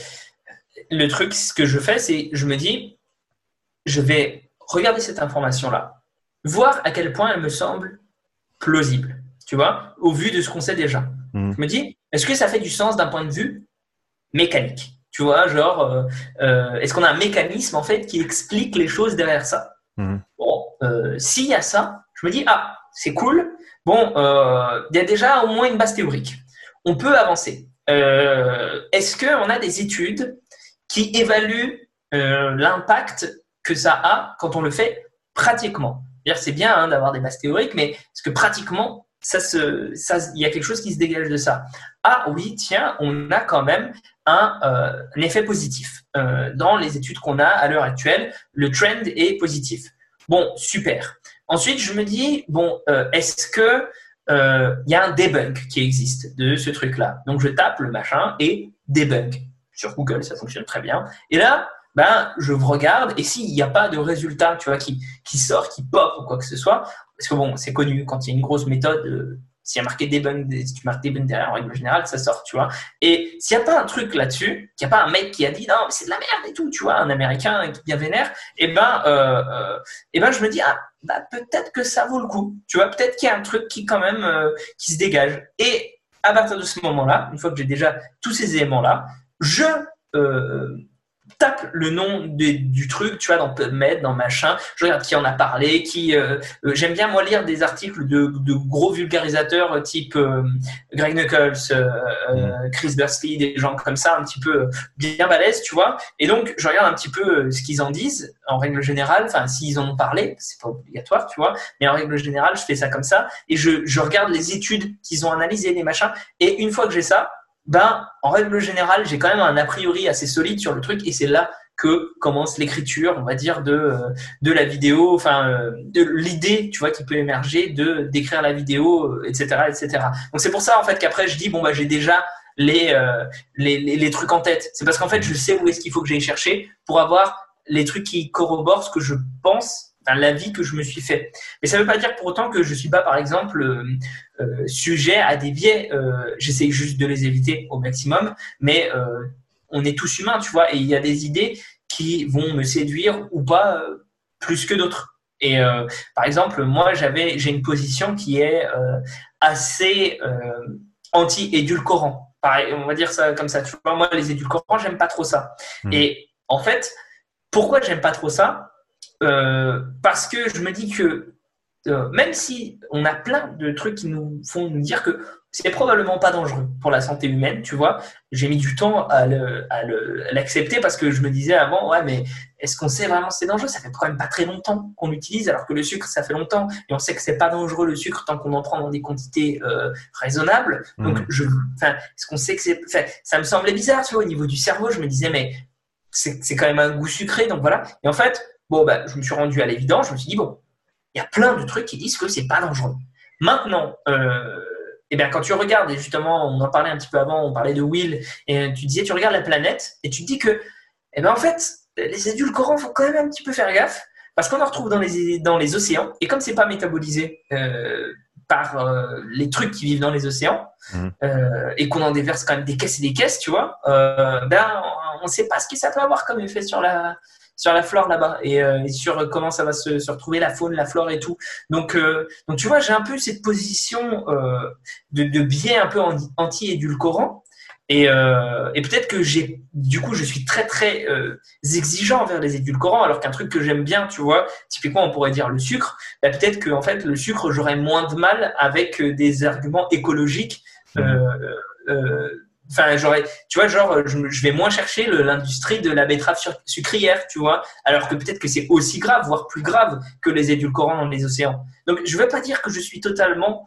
le truc, ce que je fais, c'est je me dis, je vais regarder cette information-là, voir à quel point elle me semble plausible, tu vois, au vu de ce qu'on sait déjà. Je me dis, est-ce que ça fait du sens d'un point de vue mécanique? Tu vois, genre, est-ce qu'on a un mécanisme, en fait, qui explique les choses derrière ça? Bon, s'il y a ça, je me dis, ah, c'est cool. Bon, il y a déjà au moins une base théorique. On peut avancer. Est-ce qu'on a des études qui évalue l'impact que ça a quand on le fait pratiquement? C'est bien d'avoir des bases théoriques, mais est-ce que pratiquement, il y a quelque chose qui se dégage de ça? Ah oui, tiens, on a quand même un effet positif. Dans les études qu'on a à l'heure actuelle, le trend est positif. Bon, super. Ensuite, je me dis, est-ce que y a un debunk qui existe de ce truc-là? Donc, je tape le machin et debunk. Sur Google, ça fonctionne très bien. Et là, je regarde et s'il n'y a pas de résultat, tu vois, qui sort, qui pop ou quoi que ce soit, parce que c'est connu, quand il y a une grosse méthode, S'il y a marqué debunk, si tu marques debunk derrière, en règle générale, ça sort, tu vois. Et s'il n'y a pas un truc là-dessus, qu'il n'y a pas un mec qui a dit non, mais c'est de la merde et tout, tu vois, un Américain qui est bien vénère, et ben je me dis, ah, bah, peut-être que ça vaut le coup, tu vois, peut-être qu'il y a un truc qui quand même qui se dégage. Et à partir de ce moment-là, une fois que j'ai déjà tous ces éléments-là, je tape le nom du truc, tu vois, dans PubMed, dans machin, je regarde qui en a parlé, j'aime bien moi lire des articles de gros vulgarisateurs type Greg Knuckles, Chris Bursley, des gens comme ça, un petit peu bien balèzes, tu vois, et donc je regarde un petit peu ce qu'ils en disent, en règle générale, enfin s'ils en ont parlé, c'est pas obligatoire, tu vois, mais en règle générale, je fais ça comme ça, et je regarde les études qu'ils ont analysées, les machins, et une fois que j'ai ça, ben, en règle générale, j'ai quand même un a priori assez solide sur le truc et c'est là que commence l'écriture, on va dire, de la vidéo, enfin, de l'idée, tu vois, qui peut émerger d'écrire la vidéo, etc., etc. Donc, c'est pour ça, en fait, qu'après, je dis, bon, bah, j'ai déjà les trucs en tête. C'est parce qu'en fait, je sais où est-ce qu'il faut que j'aille chercher pour avoir les trucs qui corroborent ce que je pense, enfin, l'avis que je me suis fait. Mais ça ne veut pas dire pour autant que je suis pas, par exemple, sujet à des biais. J'essaie juste de les éviter au maximum, mais on est tous humains, tu vois, et il y a des idées qui vont me séduire ou pas plus que d'autres. Et par exemple, moi, j'ai une position qui est assez anti-édulcorant. Pareil, on va dire ça comme ça. Tu vois, moi, les édulcorants, j'aime pas trop ça. Et en fait, pourquoi j'aime pas trop ça? Parce que je me dis que même si on a plein de trucs qui nous font nous dire que c'est probablement pas dangereux pour la santé humaine, tu vois, j'ai mis du temps à l'accepter parce que je me disais avant, ouais, mais est-ce qu'on sait vraiment que c'est dangereux? Ça fait quand même pas très longtemps qu'on l'utilise, alors que le sucre, ça fait longtemps, et on sait que c'est pas dangereux le sucre tant qu'on en prend dans des quantités raisonnables. Donc, est-ce qu'on sait que c'est, ça me semblait bizarre, tu vois, au niveau du cerveau, je me disais, mais c'est quand même un goût sucré, donc voilà. Et en fait, bon, bah, je me suis rendu à l'évidence, je me suis dit, bon, il y a plein de trucs qui disent que c'est pas dangereux. Maintenant, eh bien, quand tu regardes, et justement, on en parlait un petit peu avant, on parlait de Will, et tu disais, tu regardes la planète, et tu te dis que, eh bien, en fait, les édulcorants, faut quand même un petit peu faire gaffe, parce qu'on en retrouve dans les océans, et comme c'est pas métabolisé par les trucs qui vivent dans les océans, et qu'on en déverse quand même des caisses et des caisses, tu vois, ben, on ne sait pas ce que ça peut avoir comme effet sur la flore là-bas et sur comment ça va se retrouver la faune, la flore et tout. Donc tu vois, j'ai un peu cette position de biais un peu anti-édulcorant et peut-être que du coup, je suis très très exigeant envers les édulcorants, alors qu'un truc que j'aime bien, tu vois, typiquement on pourrait dire le sucre, bah, peut-être que en fait le sucre, j'aurais moins de mal avec des arguments écologiques. Enfin, tu vois, genre, je vais moins chercher l'industrie de la betterave sucrière, tu vois, alors que peut-être que c'est aussi grave, voire plus grave que les édulcorants dans les océans. Donc, je ne veux pas dire que je suis totalement,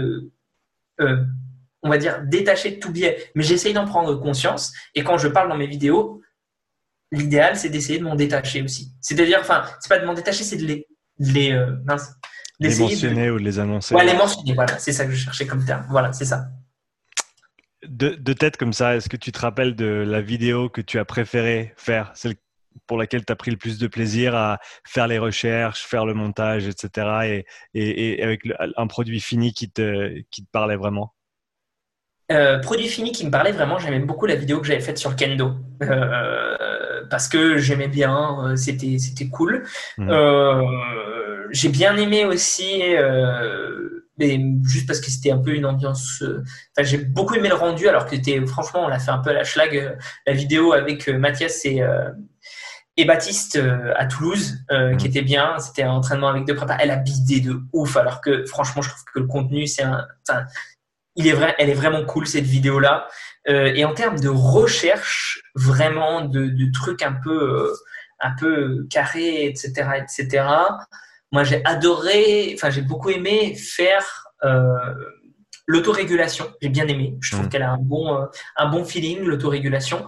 on va dire, détaché de tout biais, mais j'essaye d'en prendre conscience. Et quand je parle dans mes vidéos, l'idéal, c'est d'essayer de m'en détacher aussi. C'est-à-dire, enfin, c'est pas de m'en détacher, c'est de les mentionner ou de les annoncer. Ouais, les mentionner, voilà, c'est ça que je cherchais comme terme. Voilà, c'est ça. De tête comme ça, est-ce que tu te rappelles de la vidéo que tu as préféré faire, celle pour laquelle tu as pris le plus de plaisir à faire les recherches, faire le montage, etc. et avec un produit fini qui te parlait vraiment? Produit fini qui me parlait vraiment, j'aimais beaucoup la vidéo que j'avais faite sur le kendo parce que j'aimais bien, c'était cool. J'ai bien aimé aussi, mais juste parce que c'était un peu une ambiance. Enfin, j'ai beaucoup aimé le rendu, alors que franchement, on l'a fait un peu à la schlag, la vidéo avec Mathias et Baptiste à Toulouse, qui était bien. C'était un entraînement avec deux prépas. Elle a bidé de ouf, alors que franchement, je trouve que le contenu, elle est vraiment cool cette vidéo-là. Et en termes de recherche, vraiment de trucs un peu carrés, etc., etc. Moi, j'ai beaucoup aimé faire l'autorégulation. J'ai bien aimé. Je trouve qu'elle a un bon feeling, l'autorégulation.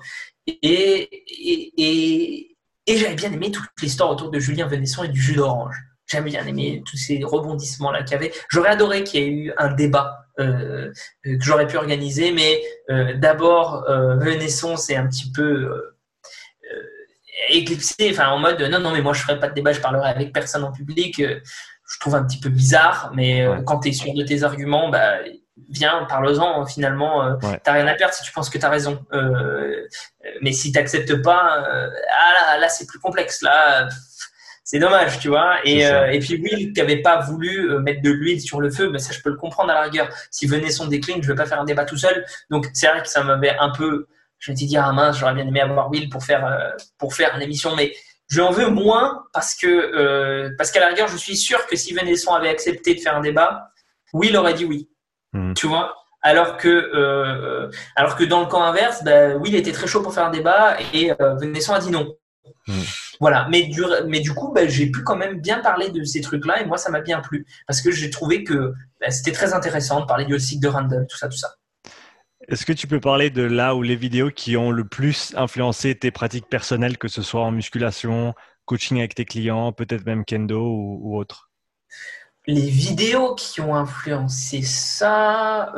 Et j'avais bien aimé toute l'histoire autour de Julien Venesson et du jus d'orange. J'avais bien aimé tous ces rebondissements-là qu'il y avait. J'aurais adoré qu'il y ait eu un débat que j'aurais pu organiser, mais d'abord, Venesson, c'est un petit peu éclipsé, enfin en mode non, mais moi je ferai pas de débat, je parlerai avec personne en public. Je trouve un petit peu bizarre, mais quand tu es sûr de tes arguments, bah, viens, parle-en, finalement, Ouais. t'as rien à perdre si tu penses que t'as raison. Mais si t'acceptes pas, là, c'est plus complexe. Là, c'est dommage, tu vois. C'est ça. Et puis Will qui avait pas voulu mettre de l'huile sur le feu, mais ça je peux le comprendre à la rigueur. Si venait son décline, je vais pas faire un débat tout seul. Donc c'est vrai que ça m'avait un peu, je me suis dit ah mince, j'aurais bien aimé avoir Will pour faire l'émission, mais je en veux moins parce qu'à la rigueur, je suis sûr que si Venezon avait accepté de faire un débat, Will aurait dit oui, Mhm. tu vois. Alors que dans le camp inverse, bah, Will était très chaud pour faire un débat et Venezon a dit non. Mhm. Voilà, mais du coup, bah, j'ai pu quand même bien parler de ces trucs-là et moi, ça m'a bien plu parce que j'ai trouvé que bah, c'était très intéressant de parler du cycle de Randall, tout ça, tout ça. Est-ce que tu peux parler de là où les vidéos qui ont le plus influencé tes pratiques personnelles, que ce soit en musculation, coaching avec tes clients, peut-être même kendo ou autre? Les vidéos qui ont influencé ça,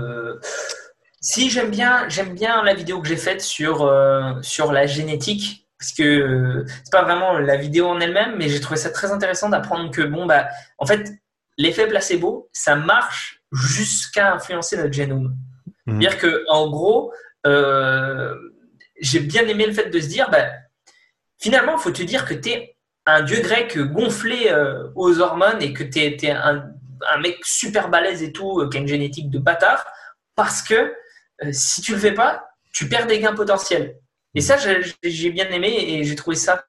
si j'aime bien la vidéo que j'ai faite sur la génétique parce que c'est pas vraiment la vidéo en elle-même, mais j'ai trouvé ça très intéressant d'apprendre que bon bah en fait l'effet placebo ça marche jusqu'à influencer notre génome. Mhm. C'est-à-dire que en gros, euh, j'ai bien aimé le fait de se dire bah finalement il faut te dire que t'es un dieu grec gonflé aux hormones et que t'es un mec super balèze et tout, qui a une génétique de bâtard, parce que si tu le fais pas, tu perds des gains potentiels. Et Mhm. ça, j'ai bien aimé et j'ai trouvé ça,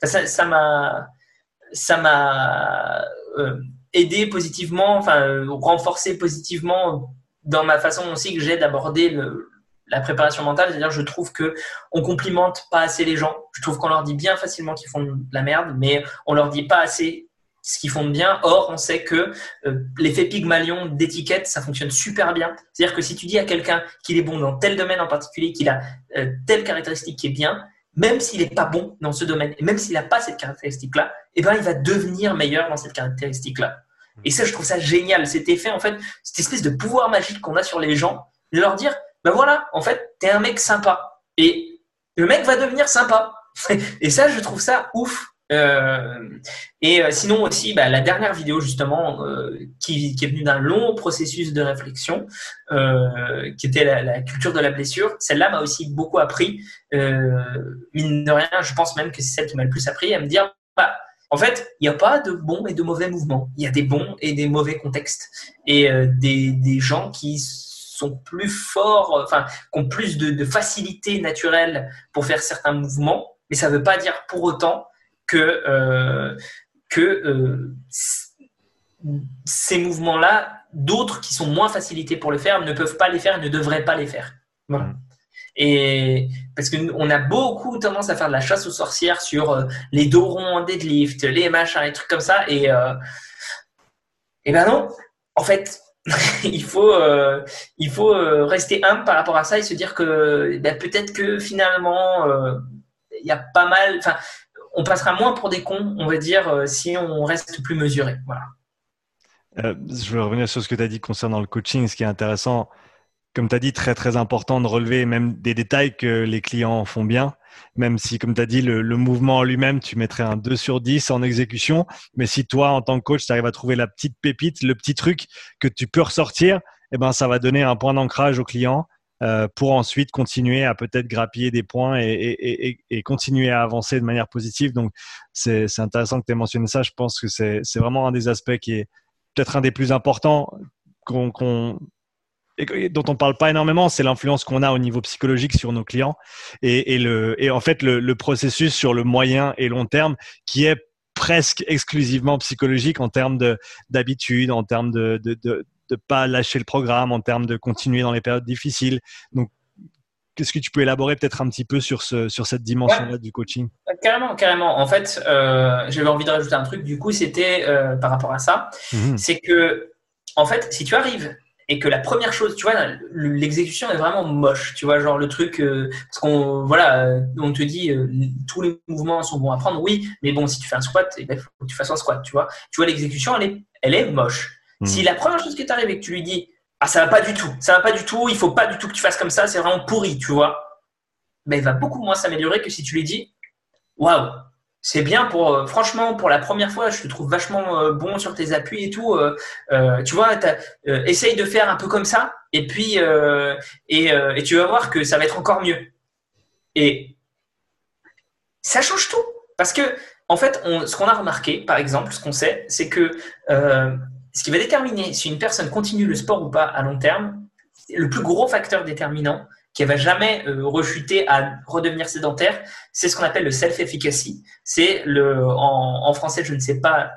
ça m'a aidé positivement, enfin renforcé positivement dans ma façon aussi que j'ai d'aborder la préparation mentale. C'est-à-dire, je trouve que on complimente pas assez les gens. Je trouve qu'on leur dit bien facilement qu'ils font de la merde, mais on leur dit pas assez ce qu'ils font de bien. Or, on sait que l'effet Pygmalion d'étiquette, ça fonctionne super bien. C'est-à-dire que si tu dis à quelqu'un qu'il est bon dans tel domaine en particulier, qu'il a telle caractéristique qui est bien, même s'il n'est pas bon dans ce domaine, et même s'il n'a pas cette caractéristique-là, eh ben, il va devenir meilleur dans cette caractéristique-là. Et ça, je trouve ça génial, cet effet, en fait, cette espèce de pouvoir magique qu'on a sur les gens, de leur dire, ben voilà, en fait, t'es un mec sympa. Et le mec va devenir sympa. Et ça, je trouve ça ouf. Sinon aussi, bah, la dernière vidéo justement qui est venue d'un long processus de réflexion, qui était la culture de la blessure. Celle-là m'a aussi beaucoup appris. Mine de rien, je pense même que c'est celle qui m'a le plus appris à me dire, bah, en fait, il n'y a pas de bons et de mauvais mouvements. Il y a des bons et des mauvais contextes et des gens qui sont plus forts, enfin, qui ont plus de facilité naturelle pour faire certains mouvements, mais ça ne veut pas dire pour autant que ces mouvements-là, d'autres qui sont moins facilités pour le faire, ne peuvent pas les faire et ne devraient pas les faire. Voilà. Mhm. Et parce qu'on a beaucoup tendance à faire de la chasse aux sorcières sur les dos ronds en deadlift, les machins, les trucs comme ça. Et ben non, en fait, il faut, rester humble par rapport à ça et se dire que ben, peut-être que finalement, il y a pas mal. Enfin, on passera moins pour des cons, on va dire, si on reste plus mesuré. Voilà. Je veux revenir sur ce que tu as dit concernant le coaching. Ce qui est intéressant, comme tu as dit, très très important de relever même des détails que les clients font bien, même si, comme tu as dit, le mouvement en lui-même, tu mettrais un 2 sur 10 en exécution. Mais si toi, en tant que coach, tu arrives à trouver la petite pépite, le petit truc que tu peux ressortir, eh ben, ça va donner un point d'ancrage au client pour ensuite continuer à peut-être grappiller des points et continuer à avancer de manière positive. Donc, c'est intéressant que tu aies mentionné ça. Je pense que c'est vraiment un des aspects qui est peut-être un des plus importants qu'on et dont on parle pas énormément, c'est l'influence qu'on a au niveau psychologique sur nos clients et en fait le processus sur le moyen et long terme qui est presque exclusivement psychologique en termes d'habitude, en termes de pas lâcher le programme, en termes de continuer dans les périodes difficiles. Donc, qu'est-ce que tu peux élaborer peut-être un petit peu sur cette Ouais, dimension-là du coaching? carrément, carrément. En fait, j'avais envie de rajouter un truc. Du coup, c'était par rapport à ça. Mhm. C'est que, en fait, si tu arrives et que la première chose, tu vois, l'exécution est vraiment moche. Tu vois, genre le truc, parce qu'on, voilà, on te dit tous les mouvements sont bons à prendre. Oui, mais bon, si tu fais un squat, il faut que tu fasses un squat. Tu vois, l'exécution, elle est moche. Si Mhm. la première chose que tu arrives et que tu lui dis, ah, ça va pas du tout, ça va pas du tout, il faut pas du tout que tu fasses comme ça, c'est vraiment pourri, tu vois, ben, il va beaucoup moins s'améliorer que si tu lui dis, waouh, C'est bien pour, franchement, pour la première fois, je te trouve vachement bon sur tes appuis et tout. Tu vois, essaye de faire un peu comme ça, et puis et tu vas voir que ça va être encore mieux. Et ça change tout, parce que en fait, ce qu'on a remarqué, par exemple, ce qu'on sait, c'est que ce qui va déterminer si une personne continue le sport ou pas à long terme, le plus gros facteur déterminant qui va jamais rechuter à redevenir sédentaire, c'est ce qu'on appelle le self-efficacy. C'est en français, je ne sais pas,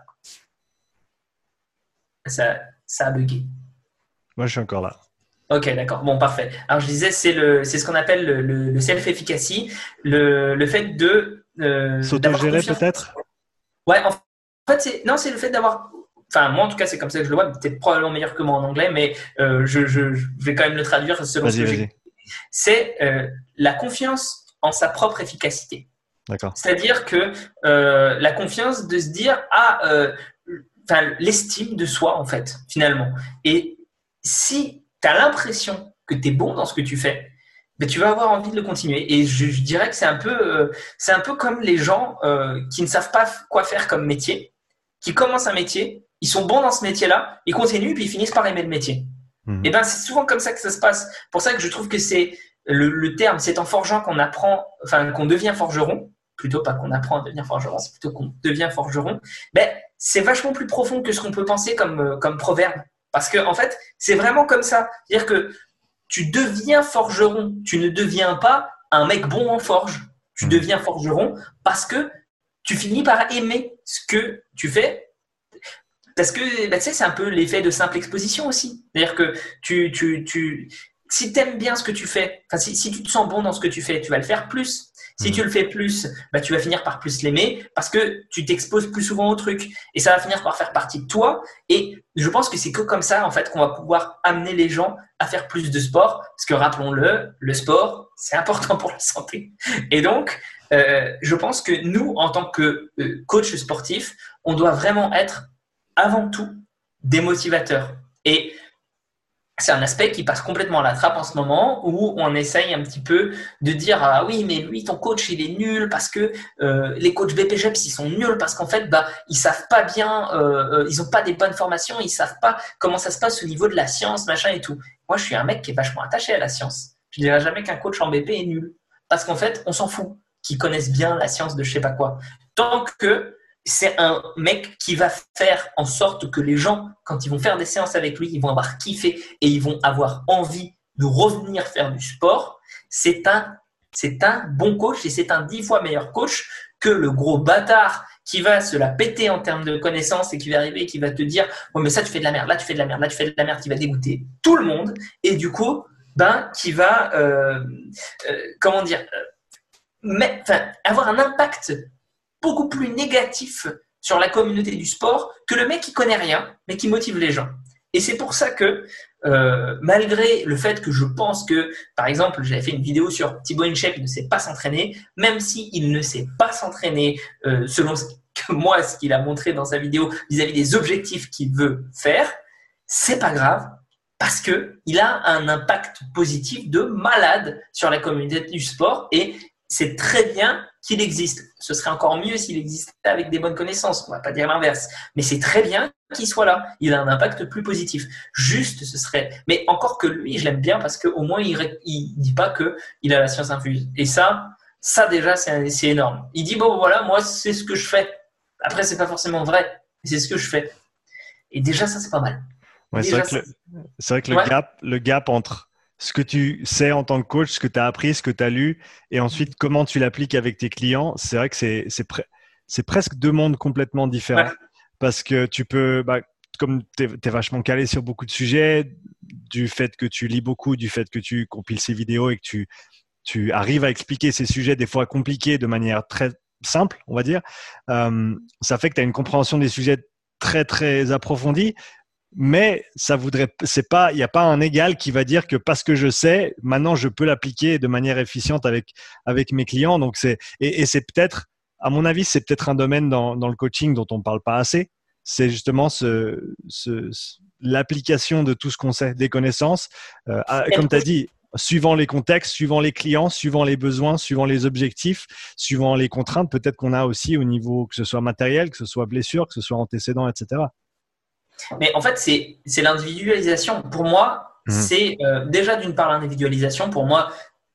ça a bugué. Moi, je suis encore là. Ok, d'accord. Bon, parfait. Alors, je disais, c'est ce qu'on appelle le self-efficacy, le fait d'avoir S'autogérer confiance. peut-être? Ouais, en fait, c'est le fait d'avoir. Enfin, moi, en tout cas, c'est comme ça que je le vois. Peut-être probablement meilleur que moi en anglais, mais je vais quand même le traduire selon ce Vas-y, que vas-y. j'ai. C'est la confiance en sa propre efficacité. D'accord. C'est-à-dire que la confiance de se dire, l'estime de soi, en fait, finalement. Et si tu as l'impression que tu es bon dans ce que tu fais, ben, tu vas avoir envie de le continuer. Et je dirais que c'est un peu comme les gens qui ne savent pas quoi faire comme métier, qui commencent un métier, ils sont bons dans ce métier-là, ils continuent, puis ils finissent par aimer le métier. Et ben c'est souvent comme ça que ça se passe. Pour ça que je trouve que c'est le terme, c'est en forgeant qu'on apprend, enfin qu'on devient forgeron, plutôt pas qu'on apprend à devenir forgeron, c'est plutôt qu'on devient forgeron. Ben c'est vachement plus profond que ce qu'on peut penser comme proverbe. Parce que en fait, c'est vraiment comme ça. C'est-à-dire que tu deviens forgeron, tu ne deviens pas un mec bon en forge. Tu deviens forgeron parce que tu finis par aimer ce que tu fais. Parce que bah, tu sais, c'est un peu l'effet de simple exposition aussi. C'est-à-dire que si tu aimes bien ce que tu fais, si tu te sens bon dans ce que tu fais, tu vas le faire plus. Si tu le fais plus, bah, tu vas finir par plus l'aimer parce que tu t'exposes plus souvent au truc et ça va finir par faire partie de toi. Et je pense que c'est que comme ça en fait qu'on va pouvoir amener les gens à faire plus de sport parce que rappelons-le, le sport c'est important pour la santé. Et donc, je pense que nous, en tant que coach sportif, on doit vraiment être avant tout des motivateurs. Et c'est un aspect qui passe complètement à la trappe en ce moment où on essaye un petit peu de dire ah oui mais lui ton coach il est nul parce que les coachs BPGEPS ils sont nuls parce qu'en fait bah ils savent pas bien ils ont pas des bonnes formations, ils savent pas comment ça se passe au niveau de la science machin et tout. Moi je suis un mec qui est vachement attaché à la science. Je dirais jamais qu'un coach en BP est nul parce qu'en fait on s'en fout qu'ils connaissent bien la science de je sais pas quoi. Tant que c'est un mec qui va faire en sorte que les gens, quand ils vont faire des séances avec lui, ils vont avoir kiffé et ils vont avoir envie de revenir faire du sport. C'est un bon coach et c'est un 10 fois meilleur coach que le gros bâtard qui va se la péter en termes de connaissances et qui va arriver et qui va te dire « Ouais, mais ça, tu fais de la merde, là, tu fais de la merde, là, tu fais de la merde », qui va dégoûter tout le monde et du coup, ben, qui va, comment dire, avoir un impact beaucoup plus négatif sur la communauté du sport que le mec qui connaît rien, mais qui motive les gens. Et c'est pour ça que, malgré le fait que je pense que, par exemple, j'avais fait une vidéo sur Thibaut InShape, il ne sait pas s'entraîner, même s'il ne sait pas s'entraîner selon ce qu'il a montré dans sa vidéo vis-à-vis des objectifs qu'il veut faire, c'est pas grave, parce qu'il a un impact positif de malade sur la communauté du sport et c'est très bien qu'il existe. Ce serait encore mieux s'il existait avec des bonnes connaissances. On ne va pas dire l'inverse. Mais c'est très bien qu'il soit là. Il a un impact plus positif. Juste, ce serait… Mais encore que lui, je l'aime bien parce qu'au moins, il ne dit pas qu'il a la science infuse. Et ça déjà, c'est énorme. Il dit, bon, voilà, moi, c'est ce que je fais. Après, ce n'est pas forcément vrai. Mais c'est ce que je fais. Et déjà, ça, c'est pas mal. Ouais, Déjà, c'est vrai que ouais. le gap entre ce que tu sais en tant que coach, ce que tu as appris, ce que tu as lu, et ensuite comment tu l'appliques avec tes clients, c'est vrai que c'est presque deux mondes complètement différents. Ouais. Parce que tu peux, bah, comme tu es vachement calé sur beaucoup de sujets, du fait que tu lis beaucoup, du fait que tu compiles ces vidéos et que tu arrives à expliquer ces sujets des fois compliqués de manière très simple, on va dire, ça fait que tu as une compréhension des sujets très, très approfondie. Mais il n'y a pas un égal qui va dire que parce que je sais, maintenant je peux l'appliquer de manière efficiente avec mes clients. Donc et c'est peut-être, à mon avis, c'est peut-être un domaine dans le coaching dont on ne parle pas assez. C'est justement l'application de tout ce qu'on sait, des connaissances. Comme tu as dit, suivant les contextes, suivant les clients, suivant les besoins, suivant les objectifs, suivant les contraintes, peut-être qu'on a aussi au niveau, que ce soit matériel, que ce soit blessure, que ce soit antécédent, etc. Mais en fait, c'est l'individualisation. Pour moi, c'est déjà d'une part l'individualisation. Pour moi,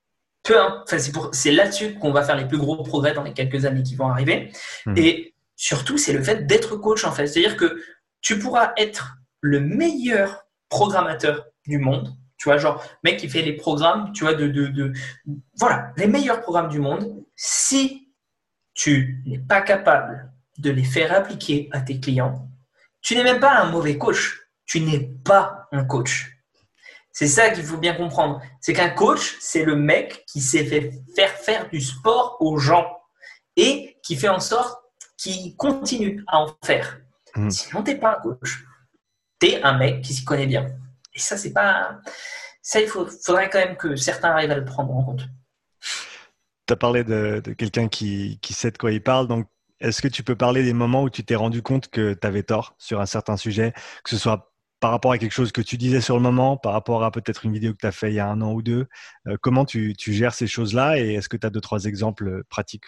c'est là-dessus qu'on va faire les plus gros progrès dans les quelques années qui vont arriver. Et surtout, c'est le fait d'être coach, en fait. C'est-à-dire que tu pourras être le meilleur programmateur du monde. Tu vois, genre, mec qui fait les programmes, tu vois, voilà, les meilleurs programmes du monde. Si tu n'es pas capable de les faire appliquer à tes clients, tu n'es même pas un mauvais coach. Tu n'es pas un coach. C'est ça qu'il faut bien comprendre. C'est qu'un coach, c'est le mec qui sait faire du sport aux gens et qui fait en sorte qu'ils continuent à en faire. Sinon, tu n'es pas un coach. Tu es un mec qui s'y connaît bien. Et ça, c'est pas… Ça, faudrait quand même que certains arrivent à le prendre en compte. Tu as parlé de quelqu'un qui sait de quoi il parle. Donc, est-ce que tu peux parler des moments où tu t'es rendu compte que tu avais tort sur un certain sujet, que ce soit par rapport à quelque chose que tu disais sur le moment, par rapport à peut-être une vidéo que tu as fait il y a 1 an ou 2? Comment tu gères ces choses-là et est-ce que tu as 2-3 exemples pratiques?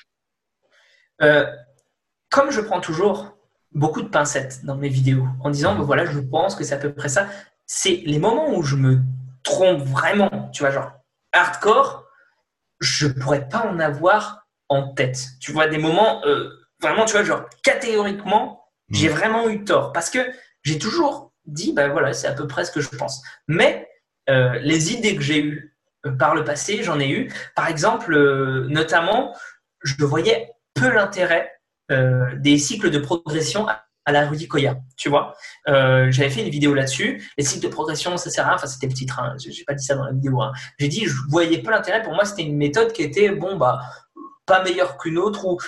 Comme je prends toujours beaucoup de pincettes dans mes vidéos en disant voilà, je pense que c'est à peu près ça, c'est les moments où je me trompe vraiment, tu vois, genre hardcore, je pourrais pas en avoir en tête. Tu vois, des moments vraiment, tu vois, genre catégoriquement, j'ai vraiment eu tort parce que j'ai toujours dit, bah voilà, c'est à peu près ce que je pense. Mais les idées que j'ai eues par le passé, j'en ai eu. Par exemple, notamment, je voyais peu l'intérêt des cycles de progression à la Rudy Koya, tu vois. J'avais fait une vidéo là-dessus. Les cycles de progression, ça sert à rien. Enfin, c'était le titre. Hein. J'ai pas dit ça dans la vidéo. Hein. J'ai dit, je voyais pas l'intérêt. Pour moi, c'était une méthode qui était, bon, bah, pas meilleure qu'une autre ou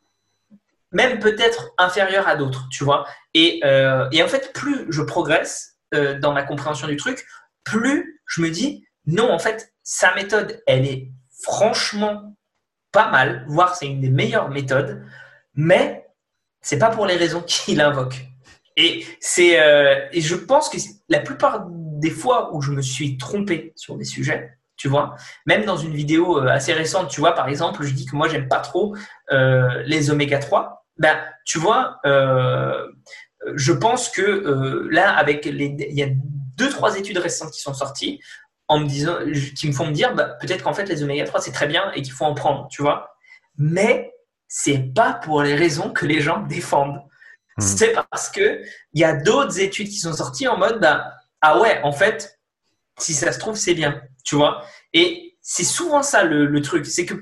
même peut-être inférieure à d'autres, tu vois. Et en fait, plus je progresse dans ma compréhension du truc, plus je me dis, non, en fait, sa méthode, elle est franchement pas mal, voire c'est une des meilleures méthodes, mais c'est pas pour les raisons qu'il invoque. Et et je pense que la plupart des fois où je me suis trompé sur des sujets, tu vois, même dans une vidéo assez récente, tu vois, par exemple, je dis que moi j'aime pas trop les oméga 3. Ben, tu vois, je pense que là, il y a 2-3 études récentes qui sont sorties en me disant, qui me font me dire, bah, peut-être qu'en fait les oméga 3 c'est très bien et qu'il faut en prendre, tu vois. Mais c'est pas pour les raisons que les gens défendent. C'est parce que il y a d'autres études qui sont sorties en mode, bah, ah ouais, en fait, si ça se trouve c'est bien, tu vois. Et c'est souvent ça le truc, c'est que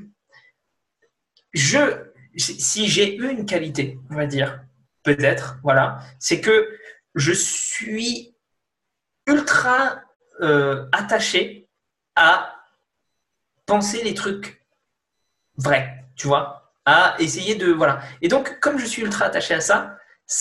si j'ai eu une qualité, on va dire, peut-être, voilà, c'est que je suis ultra attaché à penser les trucs vrais, tu vois, à essayer de… Voilà. Et donc, comme je suis ultra attaché à ça,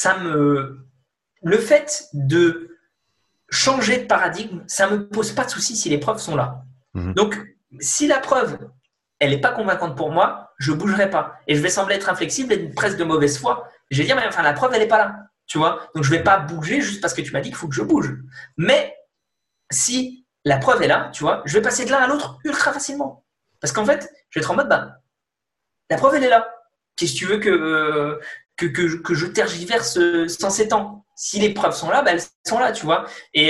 le fait de changer de paradigme, ça ne me pose pas de souci si les preuves sont là. Donc, si la preuve, elle n'est pas convaincante pour moi, je ne bougerai pas. Et je vais sembler être inflexible et presque de mauvaise foi. Je vais dire, mais enfin, la preuve, elle n'est pas là. Tu vois. Donc, je ne vais pas bouger juste parce que tu m'as dit qu'il faut que je bouge. Mais si la preuve est là, tu vois, je vais passer de l'un à l'autre ultra facilement. Parce qu'en fait, je vais être en mode, bah, la preuve, elle est là. Qu'est-ce que tu veux que je tergiverse sans s'étendre? Si les preuves sont là, bah, elles sont là, tu vois. Et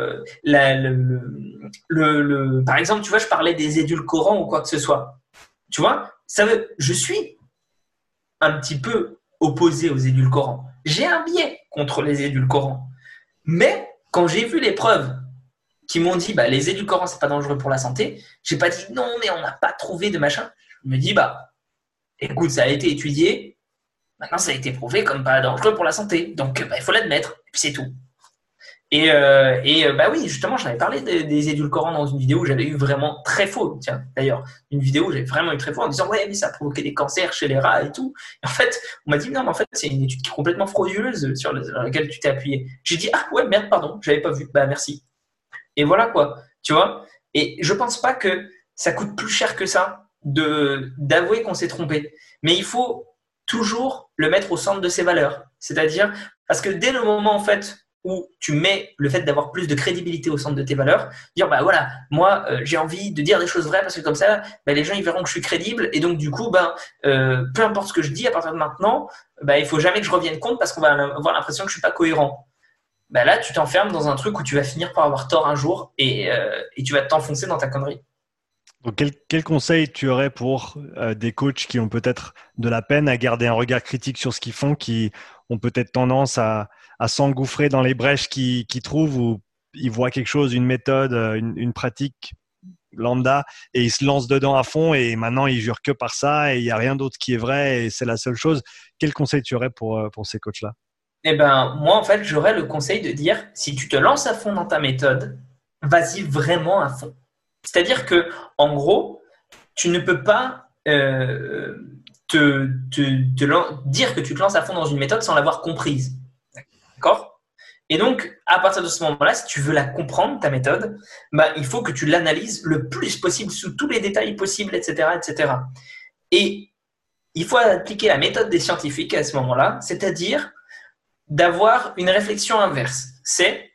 par exemple, tu vois, je parlais des édulcorants ou quoi que ce soit. Tu vois, je suis un petit peu opposé aux édulcorants. J'ai un biais contre les édulcorants. Mais quand j'ai vu les preuves qui m'ont dit, bah, les édulcorants, c'est pas dangereux pour la santé, j'ai pas dit non, mais on n'a pas trouvé de machin. Je me dis, bah, écoute, ça a été étudié. Maintenant, ça a été prouvé comme pas dangereux pour la santé. Donc, bah, il faut l'admettre. Et puis, c'est tout. Et bah oui, justement, j'avais parlé des édulcorants dans une vidéo où j'avais eu vraiment très faux. Tiens, d'ailleurs, une vidéo où j'avais vraiment eu très faux en disant, ouais, mais ça a provoqué des cancers chez les rats et tout. Et en fait, on m'a dit, non, mais en fait, c'est une étude qui est complètement frauduleuse sur laquelle tu t'es appuyé. J'ai dit, ah ouais, merde, pardon, j'avais pas vu. Bah, merci. Et voilà quoi, tu vois. Et je pense pas que ça coûte plus cher que ça d'avouer qu'on s'est trompé. Mais il faut toujours le mettre au centre de ses valeurs. C'est-à-dire, parce que dès le moment, en fait, où tu mets le fait d'avoir plus de crédibilité au centre de tes valeurs, dire bah voilà, moi j'ai envie de dire des choses vraies parce que comme ça, bah, les gens ils verront que je suis crédible et donc du coup, peu importe ce que je dis à partir de maintenant, il faut jamais que je revienne compte parce qu'on va avoir l'impression que je suis pas cohérent. Bah là, tu t'enfermes dans un truc où tu vas finir par avoir tort un jour et tu vas t'enfoncer dans ta connerie. Donc, quel conseil tu aurais pour des coachs qui ont peut-être de la peine à garder un regard critique sur ce qu'ils font, qui ont peut-être tendance à s'engouffrer dans les brèches qu'ils trouvent, ou ils voient quelque chose, une méthode, une pratique lambda, et ils se lancent dedans à fond et maintenant ils jurent que par ça et il n'y a rien d'autre qui est vrai et c'est la seule chose. Quel conseil tu aurais pour ces coachs-là? Eh ben, moi, en fait, j'aurais le conseil de dire, si tu te lances à fond dans ta méthode, vas-y vraiment à fond. C'est-à-dire que, en gros, tu ne peux pas dire que tu te lances à fond dans une méthode sans l'avoir comprise. D'accord? Et donc, à partir de ce moment-là, si tu veux la comprendre, ta méthode, il faut que tu l'analyses le plus possible sous tous les détails possibles, etc., etc. Et il faut appliquer la méthode des scientifiques à ce moment-là, c'est-à-dire d'avoir une réflexion inverse. C'est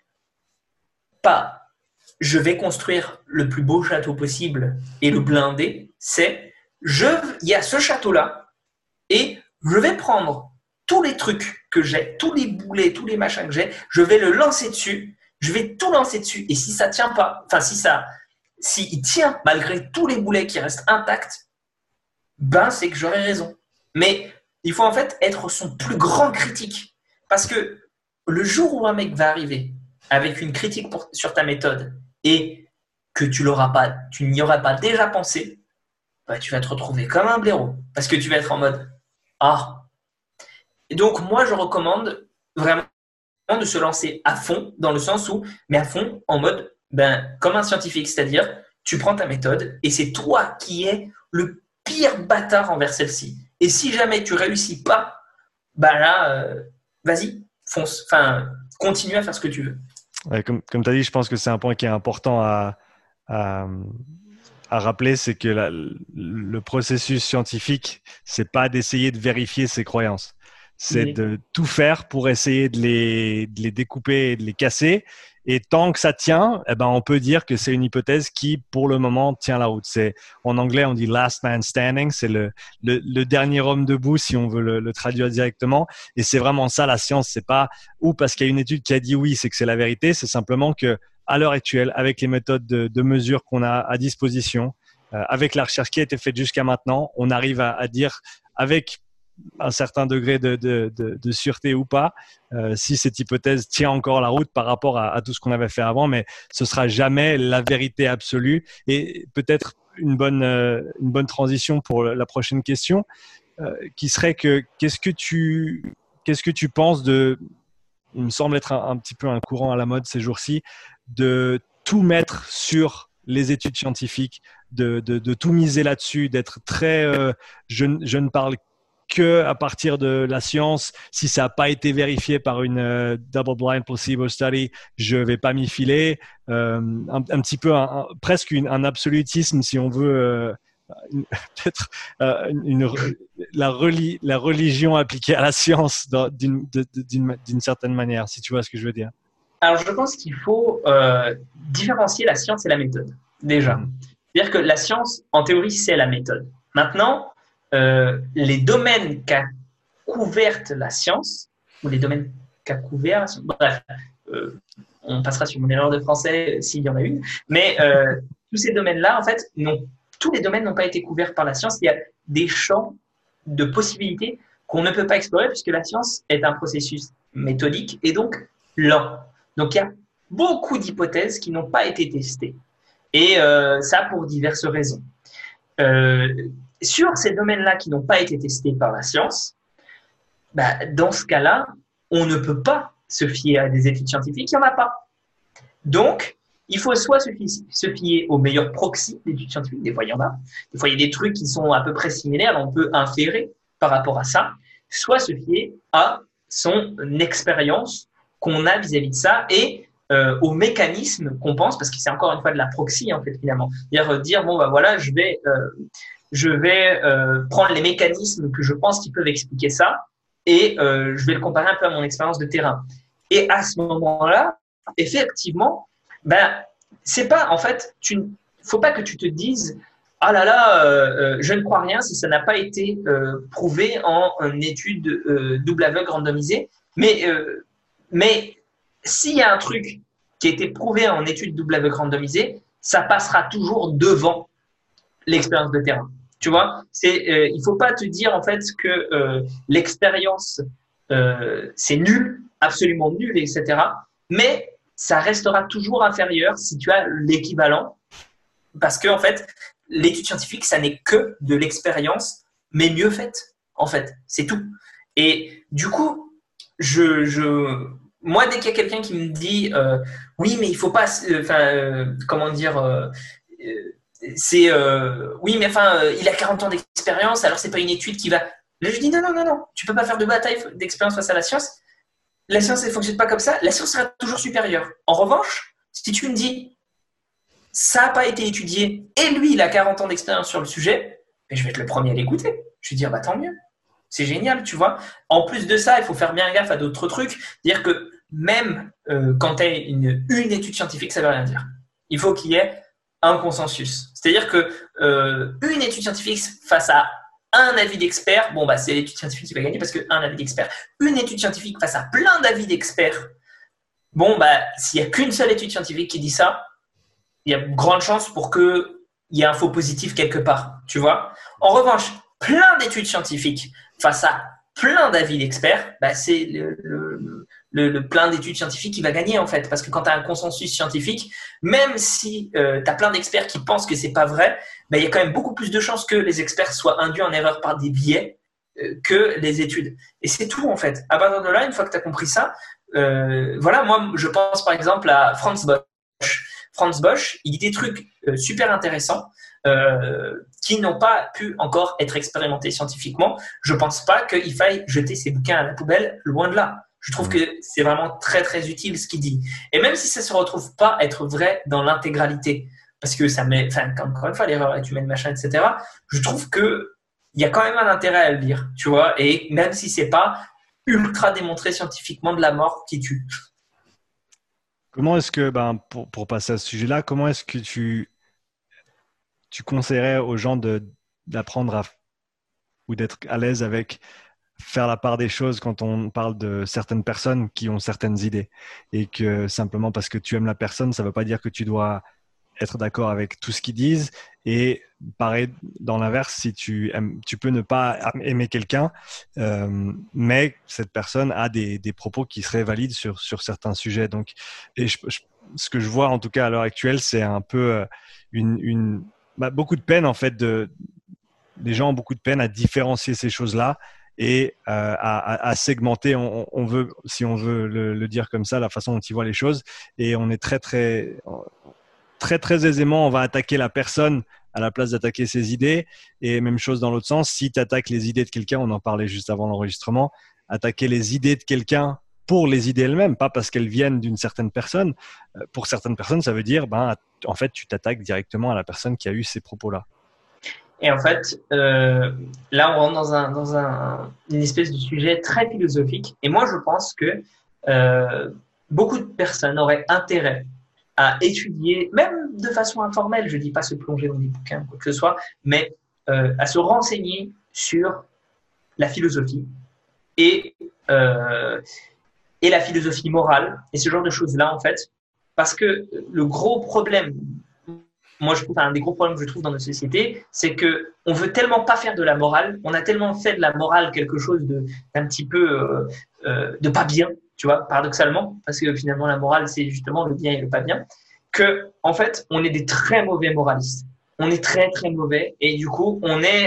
pas je vais construire le plus beau château possible et le blinder, c'est il y a ce château-là et je vais prendre tous les trucs que j'ai, tous les boulets, tous les machins que j'ai, je vais le lancer dessus, je vais tout lancer dessus et si ça tient pas, enfin s'il tient malgré tous les boulets qui restent intacts, c'est que j'aurai raison. Mais il faut en fait être son plus grand critique parce que le jour où un mec va arriver avec une critique sur ta méthode et que tu n'y auras pas déjà pensé, tu vas te retrouver comme un blaireau parce que tu vas être en mode ah. Et donc moi je recommande vraiment de se lancer à fond dans le sens où, mais à fond en mode comme un scientifique, c'est-à-dire tu prends ta méthode et c'est toi qui es le pire bâtard envers celle-ci. Et si jamais tu réussis pas, vas-y, fonce. Enfin, continue à faire ce que tu veux. Ouais, comme tu as dit, je pense que c'est un point qui est important à rappeler, c'est que le processus scientifique, c'est pas d'essayer de vérifier ses croyances. C'est de tout faire pour essayer de les découper et de les casser. Et tant que ça tient, on peut dire que c'est une hypothèse qui, pour le moment, tient la route. En anglais, on dit last man standing. C'est le dernier homme debout, si on veut le traduire directement. Et c'est vraiment ça, la science. C'est pas parce qu'il y a une étude qui a dit oui, c'est que c'est la vérité. C'est simplement que, à l'heure actuelle, avec les méthodes de mesure qu'on a à disposition, avec la recherche qui a été faite jusqu'à maintenant, on arrive à dire avec un certain degré de sûreté ou pas, si cette hypothèse tient encore la route par rapport à tout ce qu'on avait fait avant, mais ce sera jamais la vérité absolue. Et peut-être une bonne transition pour la prochaine question, qui serait que qu'est-ce que tu penses il me semble être un petit peu un courant à la mode ces jours-ci, de tout mettre sur les études scientifiques, de tout miser là-dessus, d'être très je ne parle que à partir de la science. Si ça n'a pas été vérifié par une double-blind placebo study, je ne vais pas m'y filer. Un petit peu presque un absolutisme, si on veut, peut-être la religion appliquée à la science d'une certaine manière, si tu vois ce que je veux dire. Alors, je pense qu'il faut différencier la science et la méthode, déjà. C'est-à-dire que la science, en théorie, c'est la méthode. Maintenant, les domaines qu'a couvertes la science, ou les domaines qu'a couvert la science, bref, on passera sur mon erreur de français s'il y en a une, mais tous ces domaines-là, en fait, tous les domaines n'ont pas été couverts par la science. Il y a des champs de possibilités qu'on ne peut pas explorer puisque la science est un processus méthodique et donc lent. Donc, il y a beaucoup d'hypothèses qui n'ont pas été testées. Et ça pour diverses raisons. Sur ces domaines-là qui n'ont pas été testés par la science, dans ce cas-là, on ne peut pas se fier à des études scientifiques, il n'y en a pas. Donc, il faut soit se fier aux meilleurs proxys d'études scientifiques, des fois il y en a, des fois il y a des trucs qui sont à peu près similaires, on peut inférer par rapport à ça, soit se fier à son expérience qu'on a vis-à-vis de ça et aux mécanismes qu'on pense, parce que c'est encore une fois de la proxy en fait finalement. Dire voilà, je vais prendre les mécanismes que je pense qui peuvent expliquer ça et je vais le comparer un peu à mon expérience de terrain. Et à ce moment-là, effectivement, ben, c'est pas, en fait, faut pas que tu te dises, ah là là, je ne crois rien si ça n'a pas été prouvé en étude double aveugle randomisée. Mais s'il y a un truc qui a été prouvé en étude double aveugle randomisée, ça passera toujours devant l'expérience de terrain. Tu vois, il faut pas te dire en fait que l'expérience c'est nul, absolument nul, etc. Mais ça restera toujours inférieur si tu as l'équivalent, parce que en fait, l'étude scientifique, ça n'est que de l'expérience, mais mieux faite. En fait, c'est tout. Et du coup, moi, dès qu'il y a quelqu'un qui me dit oui, mais il faut pas, comment dire. Oui, mais enfin, il a 40 ans d'expérience, alors c'est pas une étude qui va. Là, je dis non, non, non, non, tu peux pas faire de bataille d'expérience face à la science. La science, elle fonctionne pas comme ça. La science sera toujours supérieure. En revanche, si tu me dis ça n'a pas été étudié et lui, il a 40 ans d'expérience sur le sujet, je vais être le premier à l'écouter. Je vais dire bah tant mieux. C'est génial, tu vois. En plus de ça, il faut faire bien gaffe à d'autres trucs. Dire que même quand tu as une étude scientifique, ça ne veut rien dire. Il faut qu'il y ait un consensus. C'est-à-dire que une étude scientifique face à un avis d'expert, bon bah c'est l'étude scientifique qui va gagner parce qu'un avis d'expert. Une étude scientifique face à plein d'avis d'experts, bon bah s'il n'y a qu'une seule étude scientifique qui dit ça, il y a grande chance pour qu'il y ait un faux positif quelque part, tu vois. En revanche, plein d'études scientifiques face à plein d'avis d'experts, bah c'est le plein d'études scientifiques qui va gagner en fait. Parce que quand tu as un consensus scientifique, même si tu as plein d'experts qui pensent que c'est pas vrai, il y a quand même beaucoup plus de chances que les experts soient induits en erreur par des biais que les études. Et c'est tout en fait. À partir de là, une fois que tu as compris ça, voilà, moi je pense par exemple à Franz Bosch. Franz Bosch, il dit des trucs super intéressants qui n'ont pas pu encore être expérimentés scientifiquement. Je ne pense pas qu'il faille jeter ses bouquins à la poubelle, loin de là. Je trouve que c'est vraiment très, très utile ce qu'il dit. Et même si ça ne se retrouve pas être vrai dans l'intégralité, parce que ça met, encore une fois, l'erreur est humaine, machin, etc., je trouve qu'il y a quand même un intérêt à le lire, tu vois, et même si ce n'est pas ultra démontré scientifiquement de la mort qui tue. Comment est-ce que, pour passer à ce sujet-là, comment est-ce que tu conseillerais aux gens d'apprendre ou d'être à l'aise avec faire la part des choses quand on parle de certaines personnes qui ont certaines idées et que simplement parce que tu aimes la personne, ça ne veut pas dire que tu dois être d'accord avec tout ce qu'ils disent et pareil dans l'inverse, si tu peux ne pas aimer quelqu'un mais cette personne a des propos qui seraient valides sur certains sujets. Donc, et ce que je vois en tout cas à l'heure actuelle, c'est un peu beaucoup de peine en fait les gens ont beaucoup de peine à différencier ces choses-là et à segmenter, si on veut le dire comme ça, la façon dont ils voient les choses. Et on est très, très, très, très aisément, on va attaquer la personne à la place d'attaquer ses idées. Et même chose dans l'autre sens, si tu attaques les idées de quelqu'un, on en parlait juste avant l'enregistrement, attaquer les idées de quelqu'un pour les idées elles-mêmes, pas parce qu'elles viennent d'une certaine personne. Pour certaines personnes, ça veut dire, en fait, tu t'attaques directement à la personne qui a eu ces propos-là. Et en fait, là, on rentre dans une espèce de sujet très philosophique. Et moi, je pense que beaucoup de personnes auraient intérêt à étudier, même de façon informelle, je ne dis pas se plonger dans des bouquins ou quoi que ce soit, mais à se renseigner sur la philosophie et la philosophie morale et ce genre de choses-là, en fait. Parce que le gros problème, moi, je trouve un des gros problèmes que je trouve dans notre société, c'est que on veut tellement pas faire de la morale, on a tellement fait de la morale quelque chose d'un petit peu de pas bien, tu vois, paradoxalement, parce que finalement la morale c'est justement le bien et le pas bien, que en fait on est des très mauvais moralistes, on est très très mauvais et du coup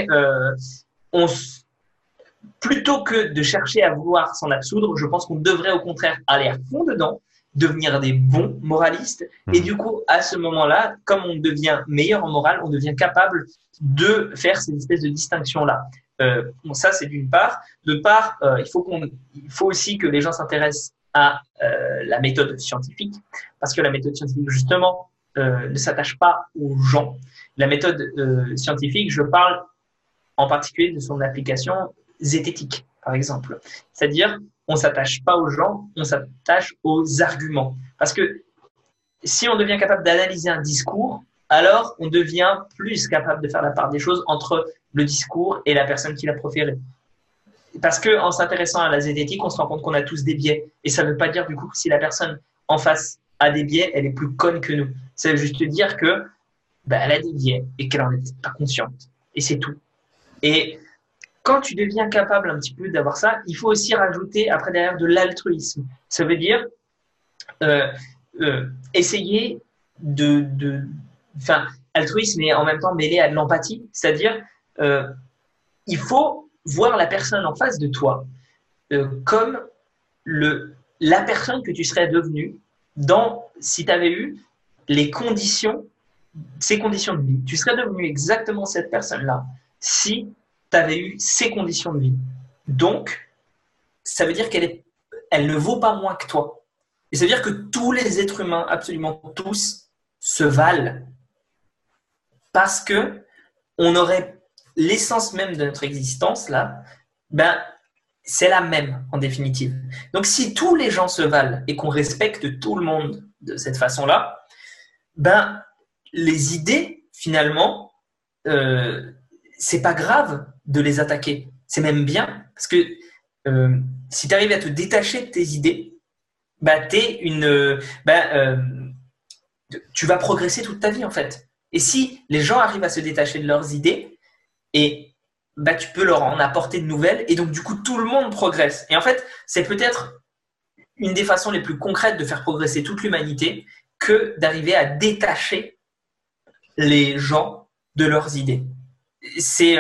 plutôt que de chercher à vouloir s'en absoudre, je pense qu'on devrait au contraire aller à fond dedans, devenir des bons moralistes. Et du coup, à ce moment-là, comme on devient meilleur en morale, on devient capable de faire ces espèces de distinctions-là. Ça, c'est d'une part. D'autre part, il faut aussi que les gens s'intéressent à la méthode scientifique, parce que la méthode scientifique, justement, ne s'attache pas aux gens. La méthode scientifique, je parle en particulier de son application zététique, par exemple. C'est-à-dire on s'attache pas aux gens, on s'attache aux arguments. Parce que si on devient capable d'analyser un discours, alors on devient plus capable de faire la part des choses entre le discours et la personne qui l'a proféré. Parce que en s'intéressant à la zététique, on se rend compte qu'on a tous des biais. Et ça ne veut pas dire du coup que si la personne en face a des biais, elle est plus conne que nous. Ça veut juste dire que elle a des biais et qu'elle en est pas consciente. Et c'est tout. Et quand tu deviens capable un petit peu d'avoir ça, il faut aussi rajouter après derrière de l'altruisme. Ça veut dire essayer altruisme et en même temps mêlé à de l'empathie. C'est-à-dire, il faut voir la personne en face de toi comme la personne que tu serais devenue si tu avais eu ces conditions de vie. Tu serais devenu exactement cette personne-là si tu avais eu ces conditions de vie. Donc, ça veut dire elle ne vaut pas moins que toi. Et ça veut dire que tous les êtres humains, absolument tous, se valent parce que on aurait l'essence même de notre existence là, c'est la même en définitive. Donc si tous les gens se valent et qu'on respecte tout le monde de cette façon-là, les idées finalement, c'est pas grave de les attaquer. C'est même bien parce que si tu arrives à te détacher de tes idées, tu vas progresser toute ta vie en fait. Et si les gens arrivent à se détacher de leurs idées, et tu peux leur en apporter de nouvelles, et donc du coup tout le monde progresse. Et en fait, c'est peut-être une des façons les plus concrètes de faire progresser toute l'humanité que d'arriver à détacher les gens de leurs idées. C'est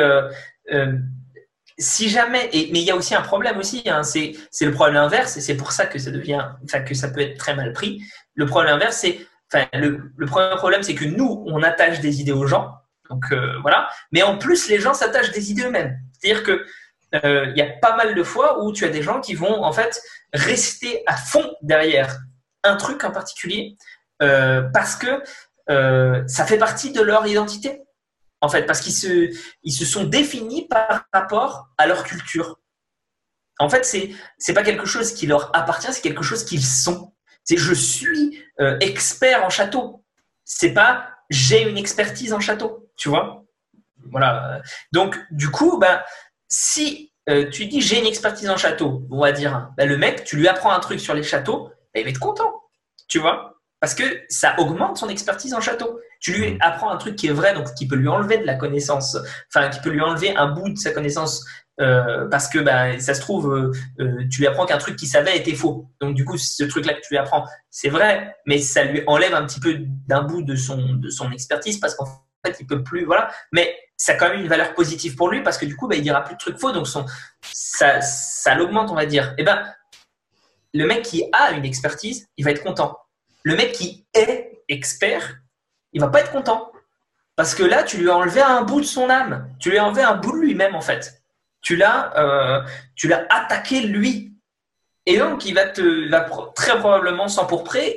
si jamais, mais il y a aussi un problème aussi, hein, c'est le problème inverse, et c'est pour ça que ça peut être très mal pris. Le problème inverse, c'est le premier problème, c'est que nous, on attache des idées aux gens, donc voilà. Mais en plus, les gens s'attachent des idées eux-mêmes. C'est-à-dire que y a pas mal de fois où tu as des gens qui vont en fait rester à fond derrière un truc en particulier parce que ça fait partie de leur identité. En fait, parce qu'ils se sont définis par rapport à leur culture. En fait, c'est pas quelque chose qui leur appartient, c'est quelque chose qu'ils sont. C'est je suis expert en château. C'est pas j'ai une expertise en château, tu vois. Voilà. Donc du coup, si tu dis j'ai une expertise en château, on va dire le mec, tu lui apprends un truc sur les châteaux, il va être content, tu vois, parce que ça augmente son expertise en château. Tu lui apprends un truc qui est vrai, donc qui peut lui enlever de la connaissance, qui peut lui enlever un bout de sa connaissance. Parce que ça se trouve, tu lui apprends qu'un truc qu'il savait était faux. Donc du coup, ce truc-là que tu lui apprends, c'est vrai, mais ça lui enlève un petit peu d'un bout de son expertise parce qu'en fait, il peut plus, voilà. Mais ça a quand même une valeur positive pour lui parce que du coup, il dira plus de trucs faux, donc ça l'augmente, on va dire. Et le mec qui a une expertise, il va être content. Le mec qui est expert, il va pas être content parce que là, tu lui as enlevé un bout de son âme, tu lui as enlevé un bout de lui-même en fait. Tu l'as attaqué lui. Et donc, il va très probablement s'empourprer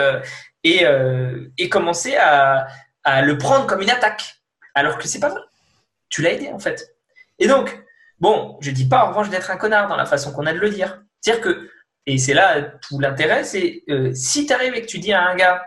et commencer à le prendre comme une attaque. Alors que c'est pas vrai. Tu l'as aidé, en fait. Et donc, bon, je dis pas en revanche d'être un connard dans la façon qu'on a de le dire. C'est-à-dire que, et c'est là tout l'intérêt, c'est si tu arrives et que tu dis à un gars,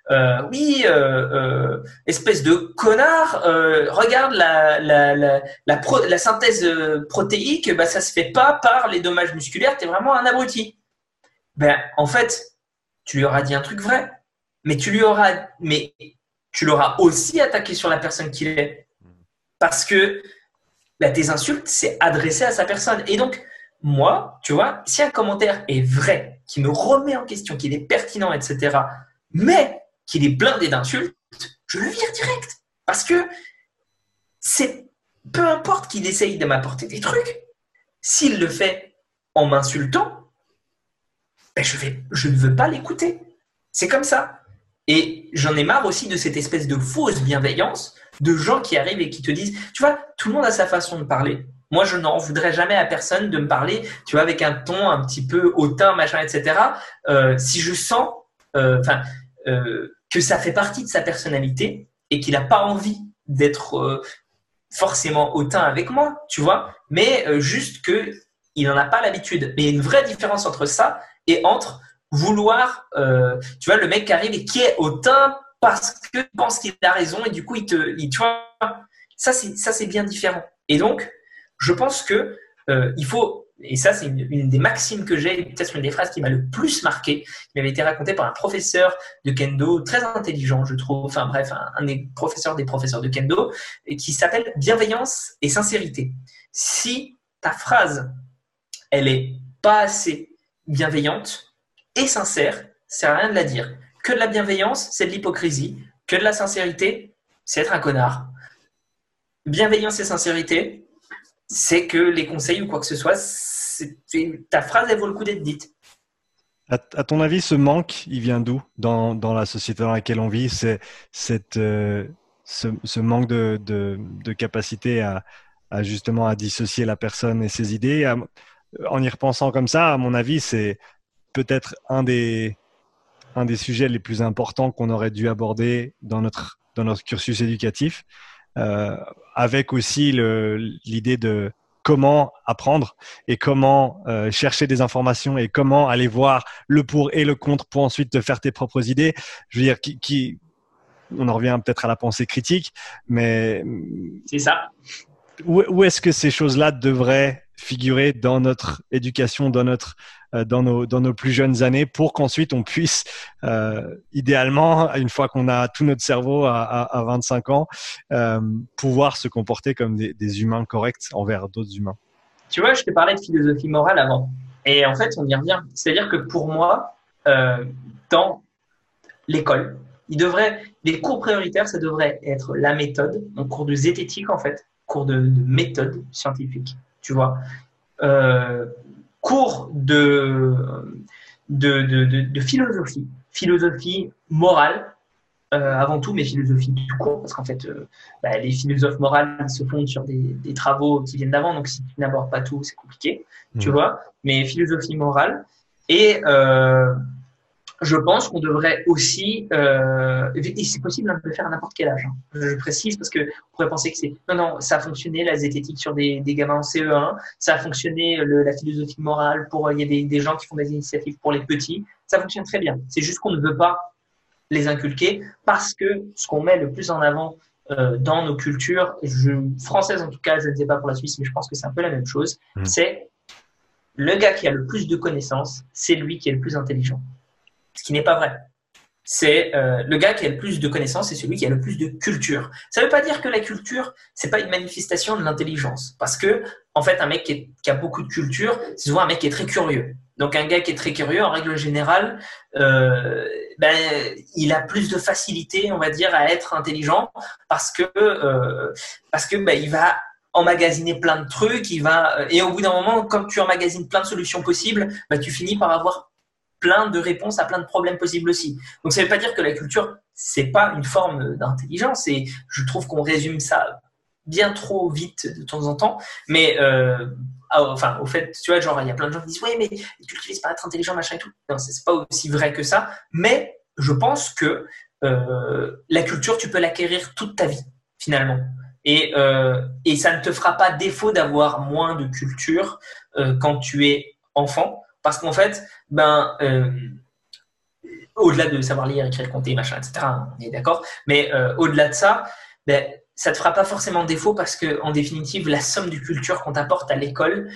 espèce de connard, regarde la synthèse protéique, ça se fait pas par les dommages musculaires, t'es vraiment un abruti. En fait, tu lui auras dit un truc vrai, mais tu l'auras aussi attaqué sur la personne qu'il est, parce que tes insultes, c'est adressé à sa personne. Et donc, moi, tu vois, si un commentaire est vrai, qui me remet en question, qu'il est pertinent, etc., mais qu'il est blindé d'insultes, je le vire direct. Parce que peu importe qu'il essaye de m'apporter des trucs, s'il le fait en m'insultant, je ne veux pas l'écouter. C'est comme ça. Et j'en ai marre aussi de cette espèce de fausse bienveillance de gens qui arrivent et qui te disent, tu vois, tout le monde a sa façon de parler. Moi, je n'en voudrais jamais à personne de me parler, tu vois, avec un ton un petit peu hautain, machin, etc. Si je sens, que ça fait partie de sa personnalité et qu'il n'a pas envie d'être forcément hautain avec moi, tu vois, mais juste que il n'en a pas l'habitude. Mais il y a une vraie différence entre ça et entre vouloir, tu vois, le mec qui arrive et qui est hautain parce qu'il pense qu'il a raison et du coup, tu vois, ça c'est bien différent. Et donc, je pense que il faut, et ça c'est une des maximes que j'ai, peut-être une des phrases qui m'a le plus marqué, qui m'avait été racontée par un professeur de kendo très intelligent, je trouve, enfin bref, un des professeurs de kendo, et qui s'appelle bienveillance et sincérité. Si ta phrase, elle est pas assez bienveillante et sincère, ça sert à rien de la dire. Que de la bienveillance, c'est de l'hypocrisie. Que de la sincérité, c'est être un connard. Bienveillance et sincérité, c'est que les conseils ou quoi que ce soit, ta phrase, elle vaut le coup d'être dite. À ton avis, ce manque, il vient d'où dans la société dans laquelle on vit? C'est ce manque de capacité à justement à dissocier la personne et ses idées. En y repensant comme ça, à mon avis, c'est peut-être un des sujets les plus importants qu'on aurait dû aborder dans notre cursus éducatif, avec aussi l'idée de comment apprendre et comment chercher des informations et comment aller voir le pour et le contre pour ensuite te faire tes propres idées. Je veux dire, on en revient peut-être à la pensée critique, mais c'est ça. Où est-ce que ces choses-là devraient figurer dans notre éducation, dans nos plus jeunes années, pour qu'ensuite on puisse, idéalement, une fois qu'on a tout notre cerveau à 25 ans, pouvoir se comporter comme des humains corrects envers d'autres humains? Tu vois, je te parlais de philosophie morale avant. Et en fait, on y revient. C'est-à-dire que pour moi, dans l'école, les cours prioritaires, ça devrait être la méthode, donc cours de zététique en fait, cours de méthode scientifique, tu vois. Cours de philosophie morale, avant tout, mais philosophie tout court, parce qu'en fait, les philosophes morales se fondent sur des travaux qui viennent d'avant, donc si tu n'abordes pas tout, c'est compliqué, tu vois, mais philosophie morale. Et je pense qu'on devrait aussi, et c'est possible de le faire à n'importe quel âge, hein. Je précise parce qu'on pourrait penser que c'est, non, ça a fonctionné la zététique sur des gamins en CE1, ça a fonctionné la philosophie morale pour, il y a des gens qui font des initiatives pour les petits, ça fonctionne très bien. C'est juste qu'on ne veut pas les inculquer parce que ce qu'on met le plus en avant dans nos cultures, françaises en tout cas, je ne sais pas pour la Suisse, mais je pense que c'est un peu la même chose, c'est le gars qui a le plus de connaissances, c'est lui qui est le plus intelligent. Ce qui n'est pas vrai. C'est le gars qui a le plus de connaissances, c'est celui qui a le plus de culture. Ça ne veut pas dire que la culture, c'est pas une manifestation de l'intelligence. Parce que, en fait, un mec qui a beaucoup de culture, c'est souvent un mec qui est très curieux. Donc, un gars qui est très curieux, en règle générale, il a plus de facilité, on va dire, à être intelligent parce que il va emmagasiner plein de trucs, et au bout d'un moment, quand tu emmagasines plein de solutions possibles, tu finis par avoir plein de réponses à plein de problèmes possibles aussi. Donc, ça ne veut pas dire que la culture, c'est pas une forme d'intelligence. Et je trouve qu'on résume ça bien trop vite de temps en temps. Mais, au fait, tu vois, genre, il y a plein de gens qui disent, ouais, mais cultiver, c'est pas être intelligent, machin et tout. Non, c'est pas aussi vrai que ça. Mais je pense que la culture, tu peux l'acquérir toute ta vie, finalement. Et ça ne te fera pas défaut d'avoir moins de culture quand tu es enfant. Parce qu'en fait, au-delà de savoir lire, écrire, compter, machin, etc., on est d'accord, mais au-delà de ça, ça ne te fera pas forcément défaut parce que, en définitive, la somme de culture qu'on t'apporte à l'école,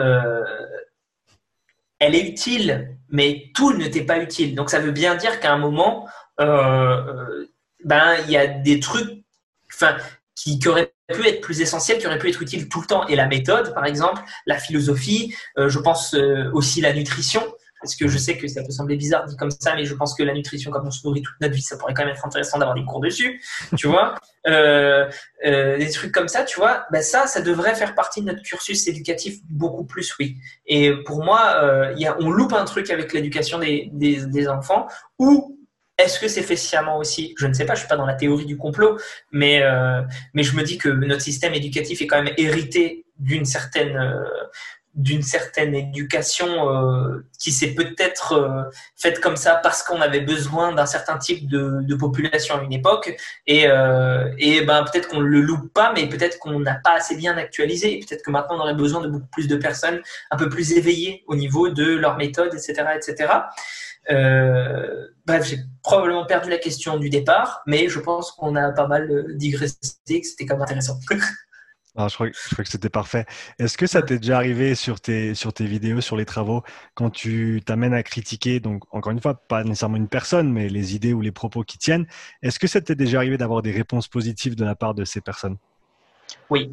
elle est utile, mais tout ne t'est pas utile. Donc, ça veut bien dire qu'à un moment, il y a des trucs qui auraient pu être plus essentiels, qui auraient pu être utiles tout le temps. Et la méthode, par exemple, la philosophie, je pense aussi la nutrition, parce que je sais que ça peut sembler bizarre dit comme ça, mais je pense que la nutrition, comme on se nourrit toute notre vie, ça pourrait quand même être intéressant d'avoir des cours dessus, tu vois. Des trucs comme ça, tu vois, ça devrait faire partie de notre cursus éducatif beaucoup plus, oui. Et pour moi, on loupe un truc avec l'éducation des enfants, ou est-ce que c'est fait sciemment aussi? Je ne sais pas, je suis pas dans la théorie du complot, mais je me dis que notre système éducatif est quand même hérité d'une certaine d'une certaine éducation qui s'est peut-être faite comme ça parce qu'on avait besoin d'un certain type de population à une époque et ben peut-être qu'on le loupe pas, mais peut-être qu'on n'a pas assez bien actualisé et peut-être que maintenant on aurait besoin de beaucoup plus de personnes un peu plus éveillées au niveau de leurs méthodes, etc., etc. Bref, j'ai probablement perdu la question du départ, mais je pense qu'on a pas mal digressé, que c'était quand même intéressant. Alors, je crois que c'était parfait. Est-ce que ça t'est déjà arrivé sur tes vidéos, sur les travaux, quand tu t'amènes à critiquer, donc encore une fois, pas nécessairement une personne, mais les idées ou les propos qui tiennent, est-ce que ça t'est déjà arrivé d'avoir des réponses positives de la part de ces personnes? Oui,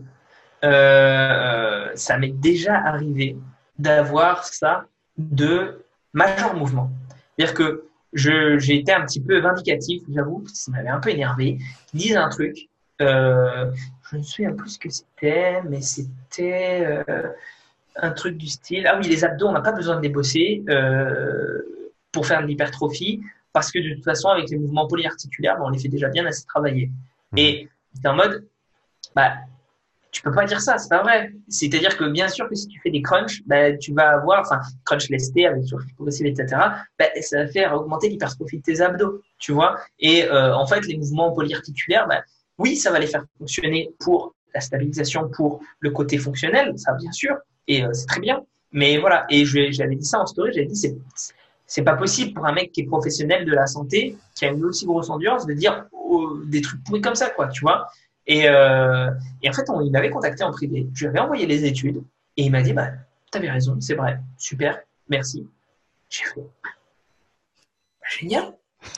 ça m'est déjà arrivé d'avoir ça de majeur mouvement. C'est-à-dire que j'ai été un petit peu vindicatif, j'avoue, parce que ça m'avait un peu énervé. Ils disent un truc, je ne me souviens plus ce que c'était, mais c'était un truc du style, ah oui, les abdos, on n'a pas besoin de les bosser pour faire de l'hypertrophie, parce que de toute façon, avec les mouvements polyarticulaires, ben, on les fait déjà bien assez travailler. Et c'est en mode, bah, tu peux pas dire ça, c'est pas vrai. C'est-à-dire que bien sûr que si tu fais des crunchs, bah, tu vas avoir, enfin, crunch lesté avec surcharge progressive, etc., bah, ça va faire augmenter l'hypertrophie de tes abdos, tu vois. Et en fait, les mouvements polyarticulaires, bah, oui, ça va les faire fonctionner pour la stabilisation, pour le côté fonctionnel, ça bien sûr, et c'est très bien. Mais voilà, et j'avais dit ça en story, j'avais dit c'est pas possible pour un mec qui est professionnel de la santé, qui a une aussi grosse endurance, de dire des trucs pourris comme ça, quoi, tu vois. Et en fait, il m'avait contacté en privé. Je lui avais envoyé les études et il m'a dit, bah, t'avais raison, c'est vrai, super, merci. J'ai fait, bah, génial.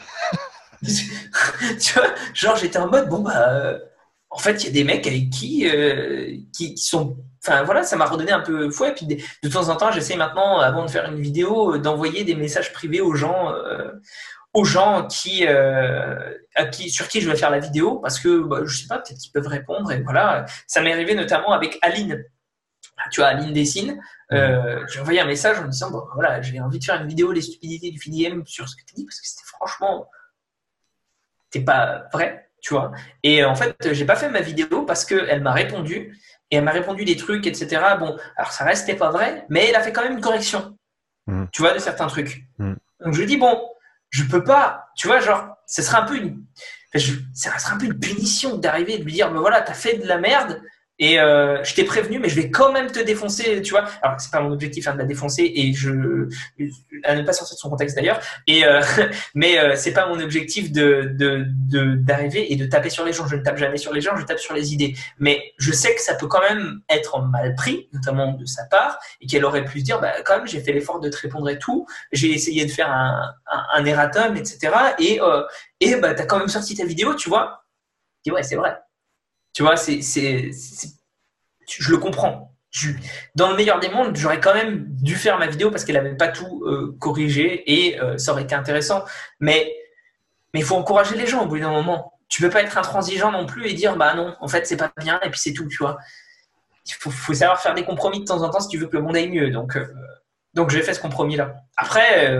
Tu vois, genre j'étais en mode, bon, bah, en fait, il y a des mecs avec qui sont. Enfin voilà, ça m'a redonné un peu fouet. Et puis de temps en temps, j'essaie maintenant, avant de faire une vidéo, d'envoyer des messages privés aux gens sur qui je vais faire la vidéo parce que bah, je sais pas, peut-être qu'ils peuvent répondre et voilà. Ça m'est arrivé notamment avec Aline. Tu vois, Aline Dessine. J'ai envoyé un message en me disant bon voilà, j'ai envie de faire une vidéo les stupidités du FIDM sur ce que tu dis parce que c'était franchement c'est pas vrai, tu vois. Et en fait, j'ai pas fait ma vidéo parce que elle m'a répondu et elle m'a répondu des trucs, etc. Bon, alors ça restait pas vrai, mais elle a fait quand même une correction, tu vois, de certains trucs. Donc je lui dis bon, je peux pas, tu vois, genre, ce serait un peu ça serait un peu une punition d'arriver et de lui dire, ben voilà, t'as fait de la merde et je t'ai prévenu, mais je vais quand même te défoncer, tu vois. Alors c'est pas mon objectif de la défoncer et à ne pas sortir de son contexte d'ailleurs. Et mais c'est pas mon objectif d'arriver et de taper sur les gens. Je ne tape jamais sur les gens, je tape sur les idées. Mais je sais que ça peut quand même être mal pris, notamment de sa part, et qu'elle aurait pu se dire, bah quand même, j'ai fait l'effort de te répondre et tout. J'ai essayé de faire un erratum, etc. Et bah t'as quand même sorti ta vidéo, tu vois. Et ouais, c'est vrai. Tu vois, je le comprends. Dans le meilleur des mondes, j'aurais quand même dû faire ma vidéo parce qu'elle n'avait pas tout corrigé et ça aurait été intéressant. Mais il faut encourager les gens au bout d'un moment. Tu peux pas être intransigeant non plus et dire bah non, en fait c'est pas bien et puis c'est tout, tu vois. Il faut savoir faire des compromis de temps en temps si tu veux que le monde aille mieux. Donc j'ai fait ce compromis-là. Après,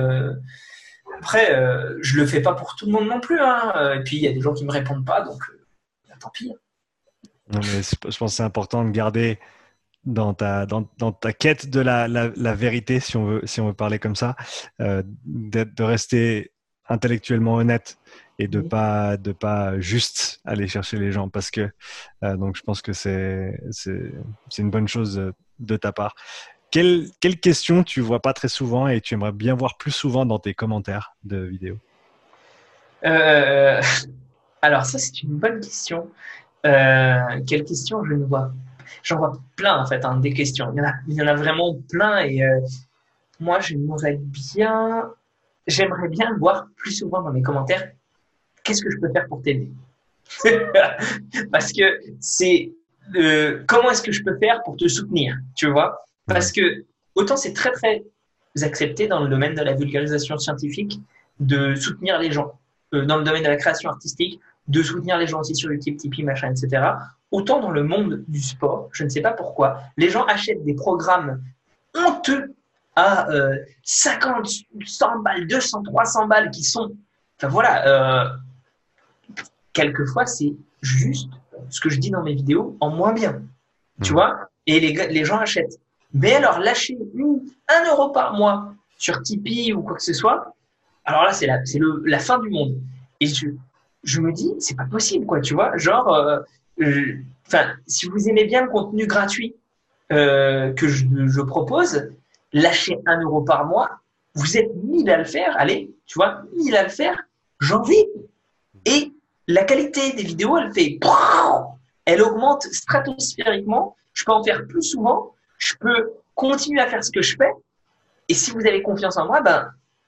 je le fais pas pour tout le monde non plus. Hein. Et puis il y a des gens qui me répondent pas, donc tant pis. Non, mais je pense que c'est important de garder dans ta quête de la vérité, si on veut parler comme ça, de rester intellectuellement honnête et de pas juste aller chercher les gens parce que donc je pense que c'est une bonne chose de ta part. Quelle question tu vois pas très souvent et tu aimerais bien voir plus souvent dans tes commentaires de vidéos? Alors ça c'est une bonne question. Quelle question je ne vois? J'en vois plein en fait, hein, des questions. Il y en a vraiment plein et moi j'aimerais bien voir plus souvent dans mes commentaires qu'est-ce que je peux faire pour t'aider. Parce que c'est comment est-ce que je peux faire pour te soutenir, tu vois? Parce que autant c'est très très accepté dans le domaine de la vulgarisation scientifique de soutenir les gens, dans le domaine de la création artistique, de soutenir les gens aussi sur Utip, Tipeee, machin, etc. Autant dans le monde du sport, je ne sais pas pourquoi, les gens achètent des programmes honteux à 50, 100 balles, 200, 300 balles qui sont... Enfin voilà, quelquefois c'est juste ce que je dis dans mes vidéos en moins bien, tu vois, et les gens achètent. Mais alors, lâcher 1 euro par mois sur Tipeee ou quoi que ce soit, alors là, c'est la fin du monde. Et je me dis, c'est pas possible, quoi, tu vois. Genre, si vous aimez bien le contenu gratuit que je propose, lâcher 1 euro par mois, vous êtes 1000 à le faire, allez, tu vois, 1000 à le faire, j'en vis. Et la qualité des vidéos, elle augmente stratosphériquement. Je peux en faire plus souvent. Je peux continuer à faire ce que je fais. Et si vous avez confiance en moi, ben,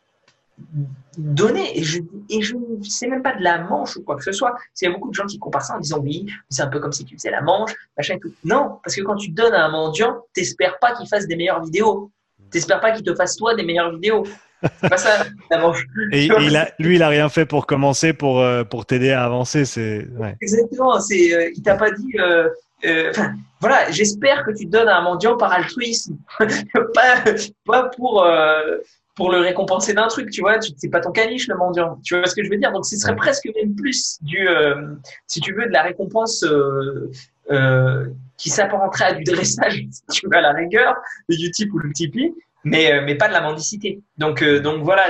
donnez. Et je ne sais même pas de la manche ou quoi que ce soit. Il y a beaucoup de gens qui comparent ça en disant oui, c'est un peu comme si tu faisais la manche, machin et tout. Non, parce que quand tu donnes à un mendiant, t'espères pas qu'il fasse des meilleures vidéos. T'espères pas qu'il te fasse toi des meilleures vidéos. C'est pas ça, la manche. Et lui, il a rien fait pour commencer, pour t'aider à avancer. Ouais. Exactement. Il t'a pas dit. Voilà, j'espère que tu donnes à un mendiant par altruisme, pas pour le récompenser d'un truc, tu vois. C'est pas ton caniche le mendiant. Tu vois ce que je veux dire? Donc, ce serait presque même plus si tu veux, de la récompense qui s'apparenterait à du dressage, si tu veux, à la rigueur, le Utip ou le Tipeee, mais pas de la mendicité. Donc voilà,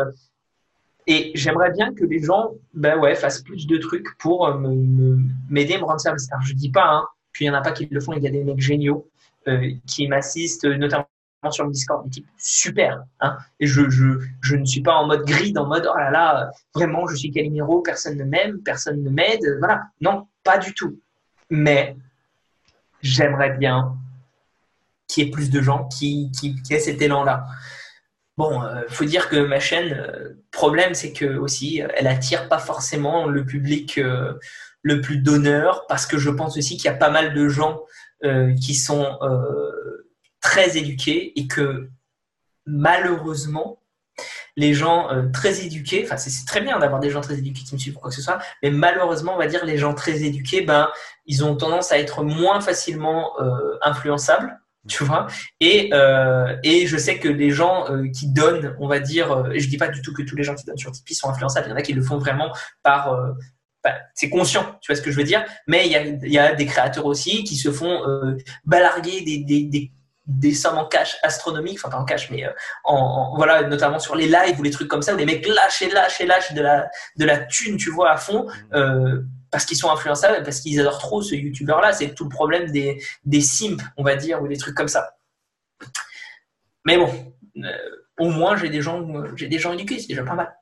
et j'aimerais bien que les gens, fassent plus de trucs pour m'aider, me rendre service. Alors, je dis pas qu'il y en a pas qui le font. Il y a des mecs géniaux qui m'assistent, notamment sur le Discord, des types super. Et je ne suis pas en mode grid, en mode oh là là, vraiment, je suis Calimero, personne ne m'aime, personne ne m'aide. Voilà, non, pas du tout. Mais j'aimerais bien qu'il y ait plus de gens qui aient cet élan-là. Bon, faut dire que ma chaîne, problème, c'est que aussi, elle attire pas forcément le public le plus donneur, parce que je pense aussi qu'il y a pas mal de gens qui sont très éduqués et que malheureusement, les gens très éduqués, enfin c'est très bien d'avoir des gens très éduqués qui me suivent ou quoi que ce soit, mais malheureusement, on va dire les gens très éduqués, ils ont tendance à être moins facilement influençables. Tu vois, et je sais que les gens qui donnent, on va dire, et je dis pas du tout que tous les gens qui donnent sur Tipeee sont influençables, il y en a qui le font vraiment c'est conscient, tu vois ce que je veux dire, mais il y a des créateurs aussi qui se font balarguer des sommes en cash astronomiques, enfin pas en cash, mais voilà, notamment sur les lives ou les trucs comme ça, où les mecs lâchent de la thune, tu vois, à fond, parce qu'ils sont influençables, parce qu'ils adorent trop ce youtubeur-là. C'est tout le problème des simps, on va dire, ou des trucs comme ça. Mais bon, au moins j'ai des gens éduqués, c'est déjà pas mal.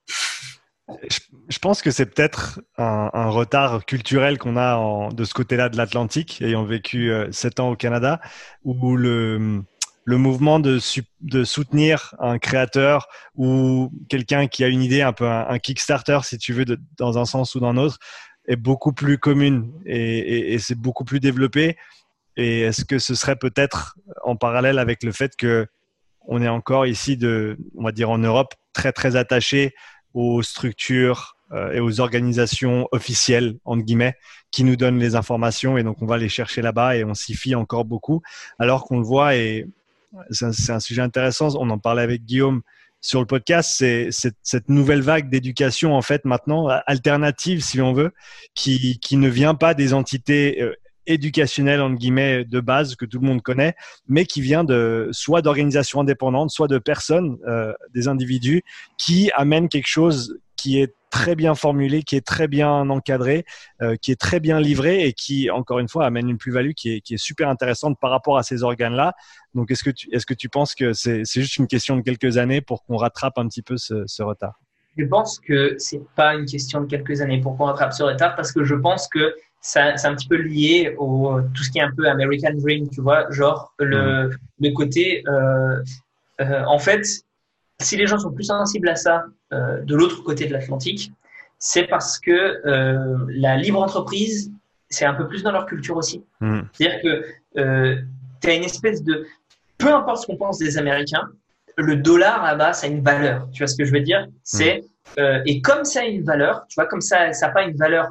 Je pense que c'est peut-être un retard culturel qu'on a de ce côté-là de l'Atlantique, ayant vécu 7 ans au Canada, où le mouvement de soutenir un créateur ou quelqu'un qui a une idée, un peu un Kickstarter, si tu veux, dans un sens ou dans l'autre, est beaucoup plus commune et c'est beaucoup plus développé. Et est-ce que ce serait peut-être en parallèle avec le fait que on est encore ici, on va dire en Europe, très très attaché aux structures et aux organisations officielles, entre guillemets, qui nous donnent les informations, et donc on va les chercher là-bas et on s'y fie encore beaucoup, alors qu'on le voit, et c'est un sujet intéressant, on en parlait avec Guillaume sur le podcast, c'est cette nouvelle vague d'éducation, en fait, maintenant, alternative, si on veut, qui ne vient pas des entités éducationnelle, entre guillemets, de base que tout le monde connaît, mais qui vient soit d'organisations indépendantes, soit de personnes, des individus qui amènent quelque chose qui est très bien formulé, qui est très bien encadré, qui est très bien livré et qui, encore une fois, amène une plus-value qui est super intéressante par rapport à ces organes-là. Donc, est-ce que tu penses que c'est juste une question de quelques années pour qu'on rattrape un petit peu ce retard? Je pense que c'est pas une question de quelques années pour qu'on rattrape ce retard, parce que je pense que c'est un petit peu lié tout ce qui est un peu American Dream, tu vois, genre le côté, en fait, si les gens sont plus sensibles à ça de l'autre côté de l'Atlantique, c'est parce que la libre entreprise, c'est un peu plus dans leur culture aussi. C'est-à-dire que tu as une espèce de, peu importe ce qu'on pense des Américains, le dollar là-bas, ça a une valeur. Tu vois ce que je veux dire? Et comme ça a une valeur, tu vois, comme ça n'a pas une valeur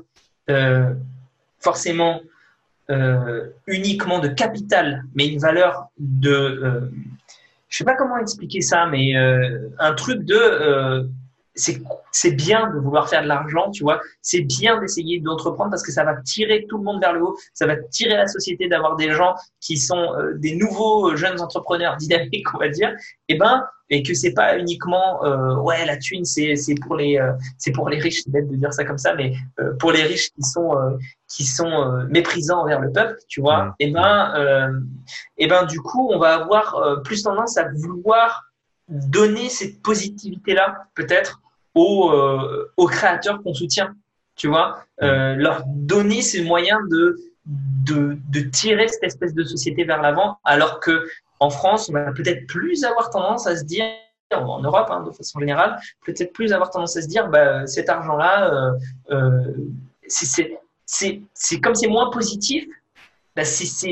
forcément uniquement de capital, mais une valeur de, je sais pas comment expliquer ça, mais un truc de, c'est bien de vouloir faire de l'argent, tu vois. C'est bien d'essayer d'entreprendre parce que ça va tirer tout le monde vers le haut. Ça va tirer la société d'avoir des gens qui sont des nouveaux jeunes entrepreneurs dynamiques, on va dire. Et que c'est pas uniquement ouais, la thune, c'est pour les riches. C'est bête de dire ça comme ça, mais pour les riches qui sont méprisants envers le peuple, tu vois. Du coup, on va avoir plus tendance à vouloir donner cette positivité-là, peut-être, aux créateurs qu'on soutient, tu vois, leur donner ces moyens de tirer cette espèce de société vers l'avant, alors que en France, on va peut-être plus avoir tendance à se dire, en Europe, hein, de façon générale, peut-être plus avoir tendance à se dire, bah, cet argent-là, c'est comme c'est moins positif, bah, c'est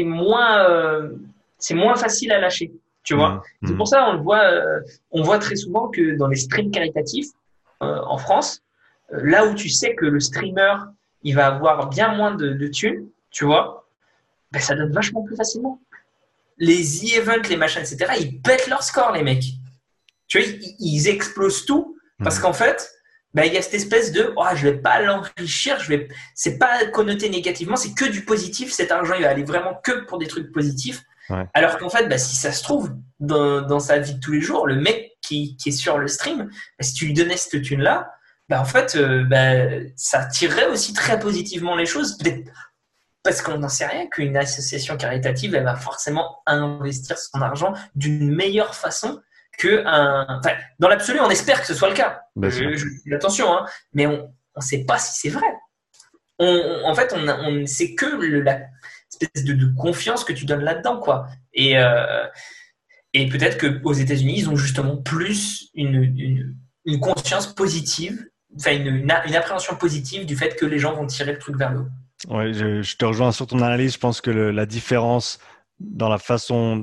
moins facile à lâcher. Tu vois, c'est pour ça on voit très souvent que dans les streams caritatifs en France, là où tu sais que le streamer il va avoir bien moins de thunes, tu vois, ben ça donne vachement plus facilement. Les e-events, les machins, etc., ils pètent leur score, les mecs. Tu vois, ils explosent tout parce qu'en fait, ben, il y a cette espèce de oh, je vais pas l'enrichir, c'est pas connoté négativement, c'est que du positif. Cet argent, il va aller vraiment que pour des trucs positifs. Ouais. Alors qu'en fait, bah, si ça se trouve, dans sa vie de tous les jours, le mec qui est sur le stream, bah, si tu lui donnais cette thune-là, bah, en fait, ça tirerait aussi très positivement les choses. Peut-être parce qu'on n'en sait rien qu'une association caritative, elle va forcément investir son argent d'une meilleure façon enfin, dans l'absolu, on espère que ce soit le cas. Attention, hein, mais on ne sait pas si c'est vrai. En fait, c'est que la espèce de confiance que tu donnes là-dedans, quoi. Et peut-être qu'aux États-Unis, ils ont justement plus une conscience positive, enfin une appréhension positive du fait que les gens vont tirer le truc vers le haut. Ouais, je te rejoins sur ton analyse. Je pense que la différence dans la façon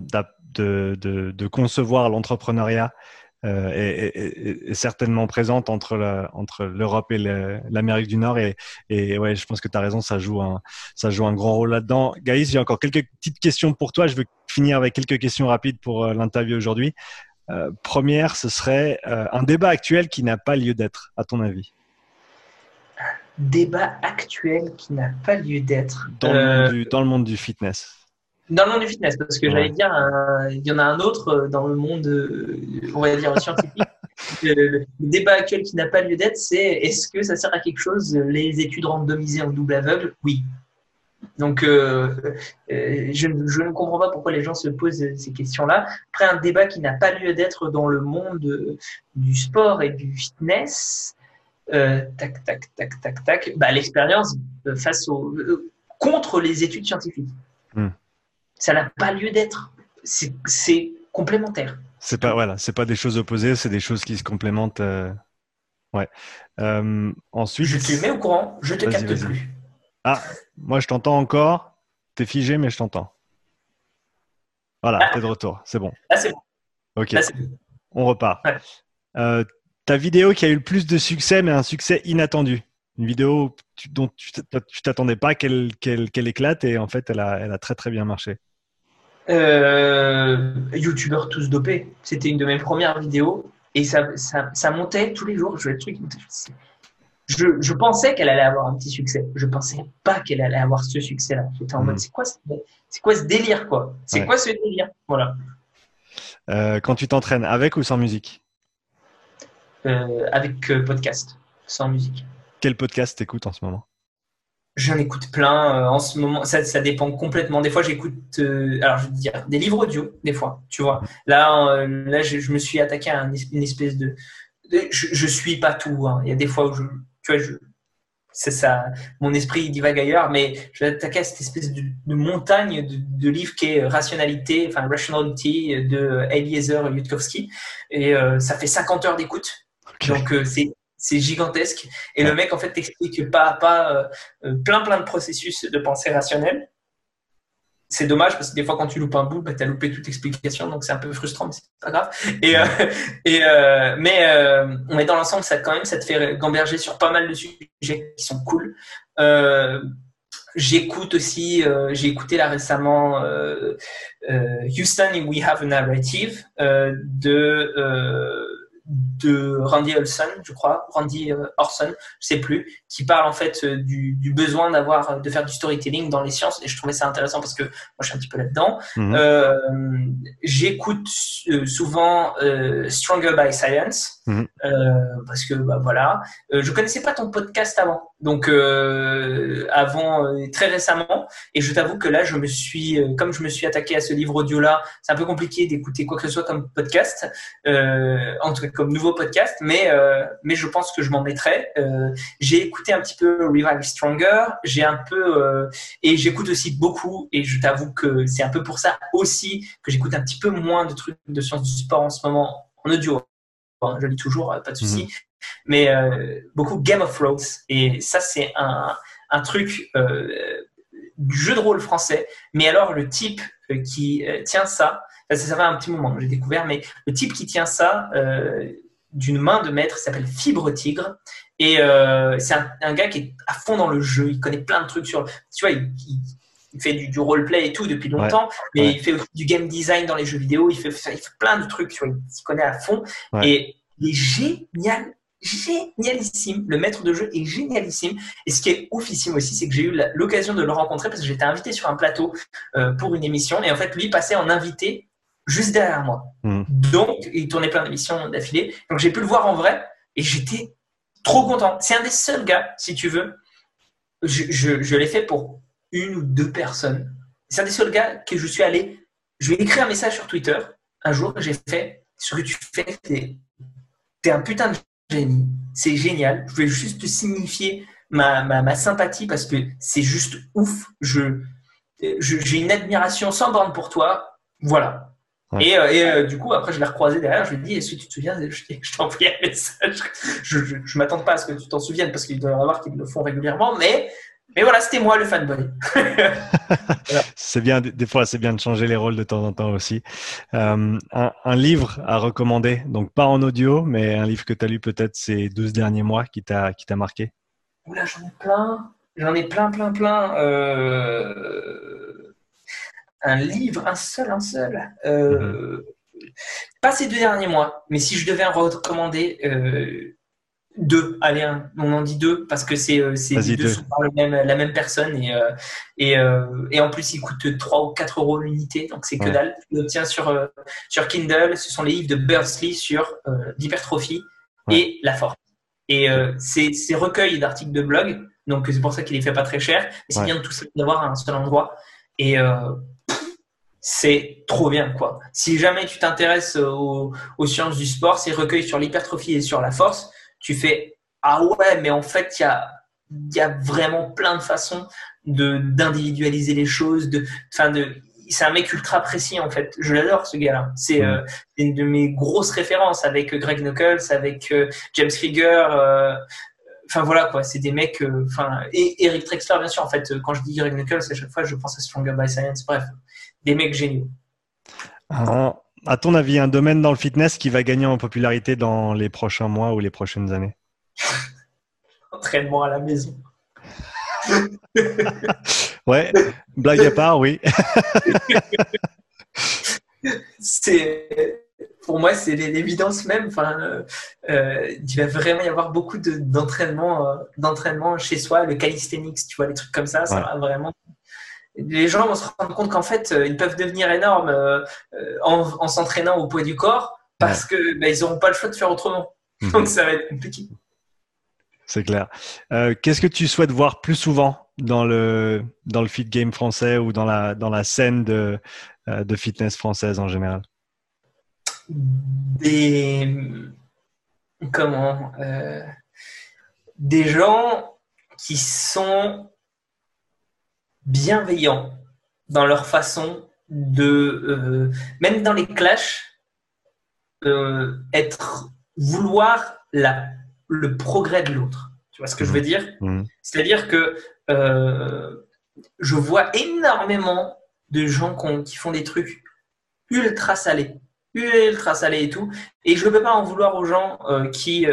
de concevoir l'entrepreneuriat est certainement présente entre l'Europe et l'Amérique du Nord. Et ouais, je pense que tu as raison, ça joue un grand rôle là-dedans. Gaïs, j'ai encore quelques petites questions pour toi. Je veux finir avec quelques questions rapides pour l'interview aujourd'hui. Première, ce serait un débat actuel qui n'a pas lieu d'être, à ton avis. Débat actuel qui n'a pas lieu d'être. Dans le monde du fitness. Dans le monde du fitness, parce que j'allais dire, il y en a un autre dans le monde, on va dire, scientifique. Le débat actuel qui n'a pas lieu d'être, c'est est-ce que ça sert à quelque chose les études randomisées en double aveugle? Oui. Donc, je ne comprends pas pourquoi les gens se posent ces questions-là. Après, un débat qui n'a pas lieu d'être dans le monde du sport et du fitness, bah, l'expérience contre les études scientifiques. Ça n'a pas lieu d'être. C'est complémentaire. C'est pas des choses opposées, c'est des choses qui se complémentent. Ouais. Ensuite. Je te mets au courant, je te capte plus. Ah, moi je t'entends encore. T'es figé, mais je t'entends. Voilà, t'es de retour. C'est bon. Là, c'est bon. Ok. Là, c'est bon. On repart. Ouais. Ta vidéo qui a eu le plus de succès, mais un succès inattendu. Une vidéo dont tu t'attendais pas qu'elle éclate et en fait, elle a très très bien marché. YouTubeurs tous dopés. C'était une de mes premières vidéos et ça montait tous les jours. Je pensais qu'elle allait avoir un petit succès. Je pensais pas qu'elle allait avoir ce succès-là. J'étais en mode, c'est quoi ce délire, quoi? C'est quoi ce délire? Voilà. Quand tu t'entraînes, avec ou sans musique? Avec podcast, sans musique. Quel podcast t'écoutes en ce moment? J'en écoute plein en ce moment. Ça dépend complètement. Des fois, j'écoute, alors je veux dire, des livres audio, des fois, tu vois. Là, je me suis attaqué à une espèce de je suis pas tout. Hein. Il y a des fois où tu vois, c'est ça, mon esprit divague ailleurs, mais je vais attaquer à cette espèce de montagne de livres qui est Rationalité, enfin Rationality de Eliezer Yudkowsky. Et ça fait 50 heures d'écoute. Okay. Donc, c'est gigantesque. Et le mec, en fait, t'explique pas à pas plein de processus de pensée rationnelle. C'est dommage parce que des fois, quand tu loupes un bout, bah, tu as loupé toute explication. Donc, c'est un peu frustrant, mais c'est pas grave. Mais dans l'ensemble, ça te fait gamberger sur pas mal de sujets qui sont cool. J'écoute aussi, j'ai écouté là récemment Houston, We Have a Narrative de de Randy Olson, je crois, Randy Orson, je sais plus, qui parle en fait du besoin de faire du storytelling dans les sciences, et je trouvais ça intéressant parce que moi je suis un petit peu là-dedans. J'écoute souvent Stronger by Science, parce que voilà, je connaissais pas ton podcast avant, donc très récemment, et je t'avoue que là comme je me suis attaqué à ce livre audio là, c'est un peu compliqué d'écouter quoi que ce soit comme podcast, en tout cas comme nouveau podcast, mais je pense que je m'en mettrai. J'ai écouté un petit peu Revive Stronger, et j'écoute aussi beaucoup, et je t'avoue que c'est un peu pour ça aussi que j'écoute un petit peu moins de trucs de sciences du sport en ce moment en audio. Bon, je lis toujours, pas de souci, mais beaucoup Game of Thrones, et ça c'est un truc du jeu de rôle français, mais alors le type qui tient ça fait un petit moment que j'ai découvert, mais le type qui tient ça d'une main de maître s'appelle Fibre Tigre, et c'est un gars qui est à fond dans le jeu, il connaît plein de trucs tu vois, il fait du roleplay et tout depuis longtemps, mais il fait aussi du game design dans les jeux vidéo, il fait plein de trucs, tu vois, il s'y connaît à fond, et il est génialissime. Le maître de jeu est génialissime. Et ce qui est oufissime aussi, c'est que j'ai eu l'occasion de le rencontrer parce que j'étais invité sur un plateau pour une émission, et en fait, lui passait en invité juste derrière moi. Donc, il tournait plein d'émissions d'affilée. Donc, j'ai pu le voir en vrai et j'étais trop content. C'est un des seuls gars, si tu veux. Je l'ai fait pour 1 ou 2 personnes. C'est un des seuls gars que je suis allé. Je lui ai écrit un message sur Twitter un jour. J'ai fait ce que tu fais, t'es un putain de génie. C'est génial. Je voulais juste te signifier ma sympathie parce que c'est juste ouf. J'ai une admiration sans borne pour toi. Voilà. Et du coup, après, je l'ai recroisé derrière. Je lui ai dit, est-ce que tu te souviens? Je t'ai envoyé un message. Je ne m'attends pas à ce que tu t'en souviennes parce qu'il doit y en avoir qui le font régulièrement. Mais voilà, c'était moi le fanboy. Voilà. C'est bien, des fois, c'est bien de changer les rôles de temps en temps aussi. Un livre à recommander, donc pas en audio, mais un livre que tu as lu peut-être ces 12 derniers mois qui t'a marqué. Oula, j'en ai plein. Un livre, un seul. Pas ces 2 derniers mois, mais si je devais en recommander 2, allez, on en dit 2 parce que c'est les 2 sont par la même personne, et en plus ils coûtent 3 ou 4 euros l'unité, donc c'est que dalle. Je l'obtiens sur Kindle. Ce sont les livres de Bursley sur l'hypertrophie et la force. Et c'est recueil d'articles de blog, donc c'est pour ça qu'il est fait pas très cher. Mais c'est bien de tout ça d'avoir à un seul endroit. Et c'est trop bien, quoi. Si jamais tu t'intéresses aux sciences du sport, ces recueils sur l'hypertrophie et sur la force, tu fais ah ouais, mais en fait il y a vraiment plein de façons d'individualiser les choses. C'est un mec ultra précis, en fait. Je l'adore, ce gars-là. C'est une de mes grosses références avec Greg Knuckles, avec James Krieger. Enfin voilà, quoi, c'est des mecs, et Eric Trexler, bien sûr. En fait, quand je dis Greg Knuckles, à chaque fois je pense à Stronger by Science. Bref, des mecs géniaux. À ton avis, un domaine dans le fitness qui va gagner en popularité dans les prochains mois ou les prochaines années? Entraînement à la maison. Ouais, blague à part, oui. Pour moi, c'est l'évidence même. Il va vraiment y avoir beaucoup d'entraînement chez soi, le calisthenics, tu vois, les trucs comme ça, ça va vraiment. Les gens vont se rendre compte qu'en fait, ils peuvent devenir énormes en s'entraînant au poids du corps parce que ils n'auront pas le choix de faire autrement. Donc, ça va être compliqué. C'est clair. Qu'est-ce que tu souhaites voir plus souvent dans le fit game français ou dans la scène de fitness française en général? Des gens qui sont bienveillants dans leur façon de, même dans les clashs, vouloir le progrès de l'autre. Tu vois ce que je veux dire? C'est-à-dire que je vois énormément de gens qui font des trucs ultra salés ultra salé et tout. Et je ne peux pas en vouloir aux gens qui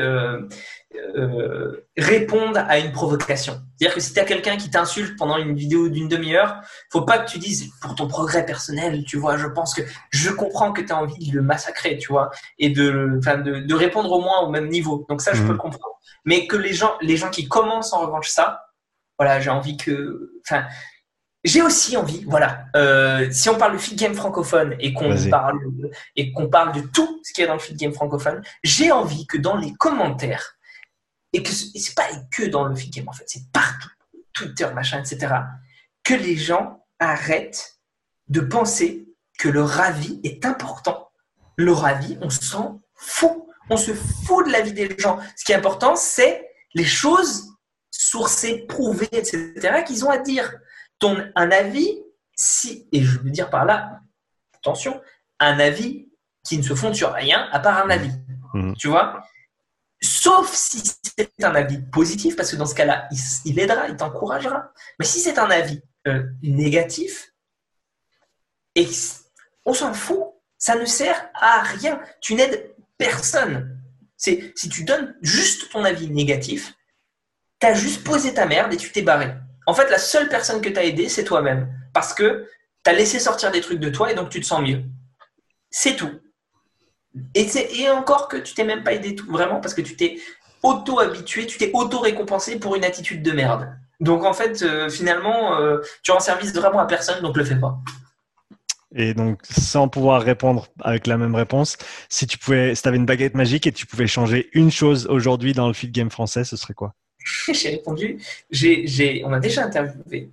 répondent à une provocation. C'est-à-dire que si tu as quelqu'un qui t'insulte pendant une vidéo d'une demi-heure, faut pas que tu dises pour ton progrès personnel, tu vois, je comprends que tu as envie de le massacrer, tu vois, et de répondre au moins au même niveau. Donc ça, je peux le comprendre. Mais que les gens qui commencent en revanche ça, voilà, j'ai aussi envie, voilà. Si on parle de feed game francophone et qu'on parle de tout ce qu'il y a dans le feed game francophone, j'ai envie que dans les commentaires, et c'est pas que dans le feed game en fait, c'est partout, Twitter, machin, etc., que les gens arrêtent de penser que leur avis est important. Leur avis, on s'en fout. On se fout de l'avis des gens. Ce qui est important, c'est les choses sourcées, prouvées, etc., qu'ils ont à dire. Un avis, et je veux dire par là, attention, un avis qui ne se fonde sur rien à part un avis. Tu vois ? Sauf si c'est un avis positif, parce que dans ce cas-là, il aidera, il t'encouragera. Mais si c'est un avis négatif, et on s'en fout, ça ne sert à rien. Tu n'aides personne. Si tu donnes juste ton avis négatif, tu as juste posé ta merde et tu t'es barré. En fait, la seule personne que tu as aidé, c'est toi-même. Parce que tu as laissé sortir des trucs de toi et donc tu te sens mieux. C'est tout. Et encore que tu t'es même pas aidé tout, vraiment, parce que tu t'es auto-habitué, tu t'es auto-récompensé pour une attitude de merde. Donc en fait, finalement, tu rends service vraiment à personne, donc le fais pas. Et donc, sans pouvoir répondre avec la même réponse, si tu avais une baguette magique et tu pouvais changer une chose aujourd'hui dans le feed game français, ce serait quoi? J'ai répondu, on m'a déjà interviewé.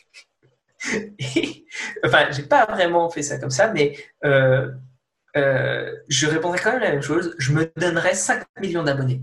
Enfin, j'ai pas vraiment fait ça comme ça, mais je répondrais quand même la même chose. Je me donnerais 5 millions d'abonnés.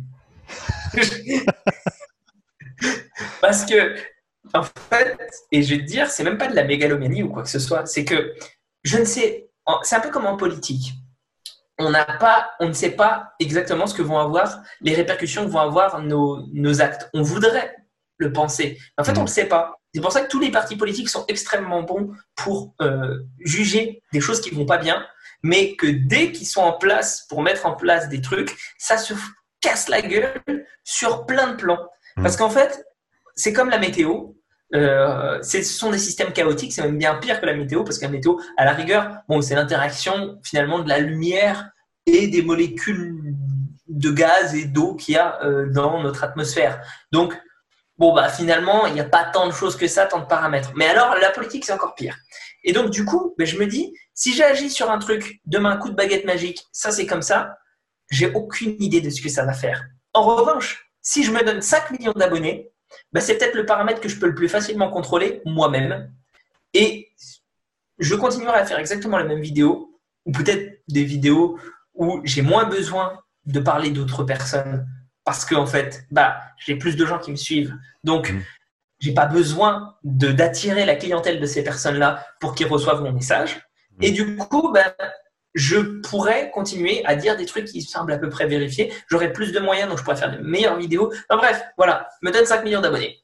Parce que, en fait, et je vais te dire, c'est même pas de la mégalomanie ou quoi que ce soit, c'est que je ne sais, c'est un peu comme en politique. On ne sait pas exactement ce que vont avoir, les répercussions que vont avoir nos actes. On voudrait le penser. En fait, on ne le sait pas. C'est pour ça que tous les partis politiques sont extrêmement bons pour juger des choses qui ne vont pas bien, mais que dès qu'ils sont en place pour mettre en place des trucs, ça se casse la gueule sur plein de plans. Parce qu'en fait, c'est comme la météo. Ce sont des systèmes chaotiques, c'est même bien pire que la météo, parce que la météo, à la rigueur, bon, c'est l'interaction finalement de la lumière et des molécules de gaz et d'eau qu'il y a dans notre atmosphère. Donc, bon, bah, finalement, il n'y a pas tant de choses que ça, tant de paramètres. Mais alors, la politique, c'est encore pire. Et donc, du coup, je me dis, si j'agis sur un truc, demain, coup de baguette magique, ça, c'est comme ça, j'ai aucune idée de ce que ça va faire. En revanche, si je me donne 5 millions d'abonnés, c'est peut-être le paramètre que je peux le plus facilement contrôler moi-même. Et je continuerai à faire exactement les mêmes vidéos, ou peut-être des vidéos où j'ai moins besoin de parler d'autres personnes, parce que en fait, j'ai plus de gens qui me suivent. Donc, j'ai pas besoin d'attirer la clientèle de ces personnes-là pour qu'ils reçoivent mon message. Et du coup, je pourrais continuer à dire des trucs qui semblent à peu près vérifiés. J'aurai plus de moyens, donc je pourrais faire de meilleures vidéos. Enfin bref, voilà, me donne 5 millions d'abonnés.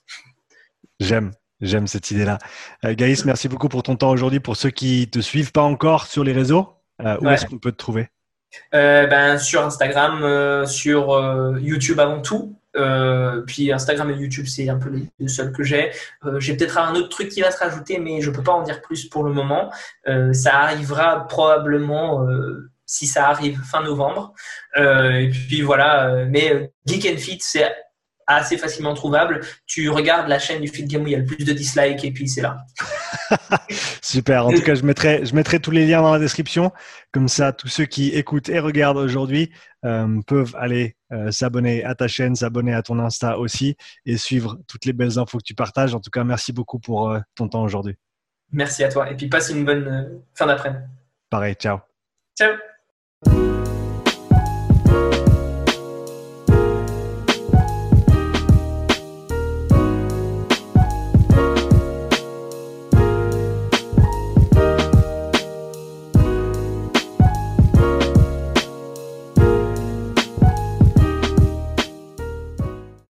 J'aime cette idée-là. Gaïs, merci beaucoup pour ton temps aujourd'hui. Pour ceux qui ne te suivent pas encore sur les réseaux, où est-ce qu'on peut te trouver? Sur Instagram, sur YouTube avant tout. Puis Instagram et YouTube, c'est un peu les deux seuls que j'ai. J'ai peut-être un autre truc qui va se rajouter, mais je peux pas en dire plus pour le moment. Ça arrivera probablement, si ça arrive, fin novembre. Et puis voilà. Mais Geek and Fit, c'est assez facilement trouvable. Tu regardes la chaîne du Fit Game où il y a le plus de dislikes et puis c'est là. Super. En tout cas, je mettrai tous les liens dans la description. Comme ça, tous ceux qui écoutent et regardent aujourd'hui peuvent aller s'abonner à ta chaîne, s'abonner à ton Insta aussi et suivre toutes les belles infos que tu partages. En tout cas, merci beaucoup pour ton temps aujourd'hui. Merci à toi. Et puis, passe une bonne fin d'après-midi. Pareil. Ciao. Ciao.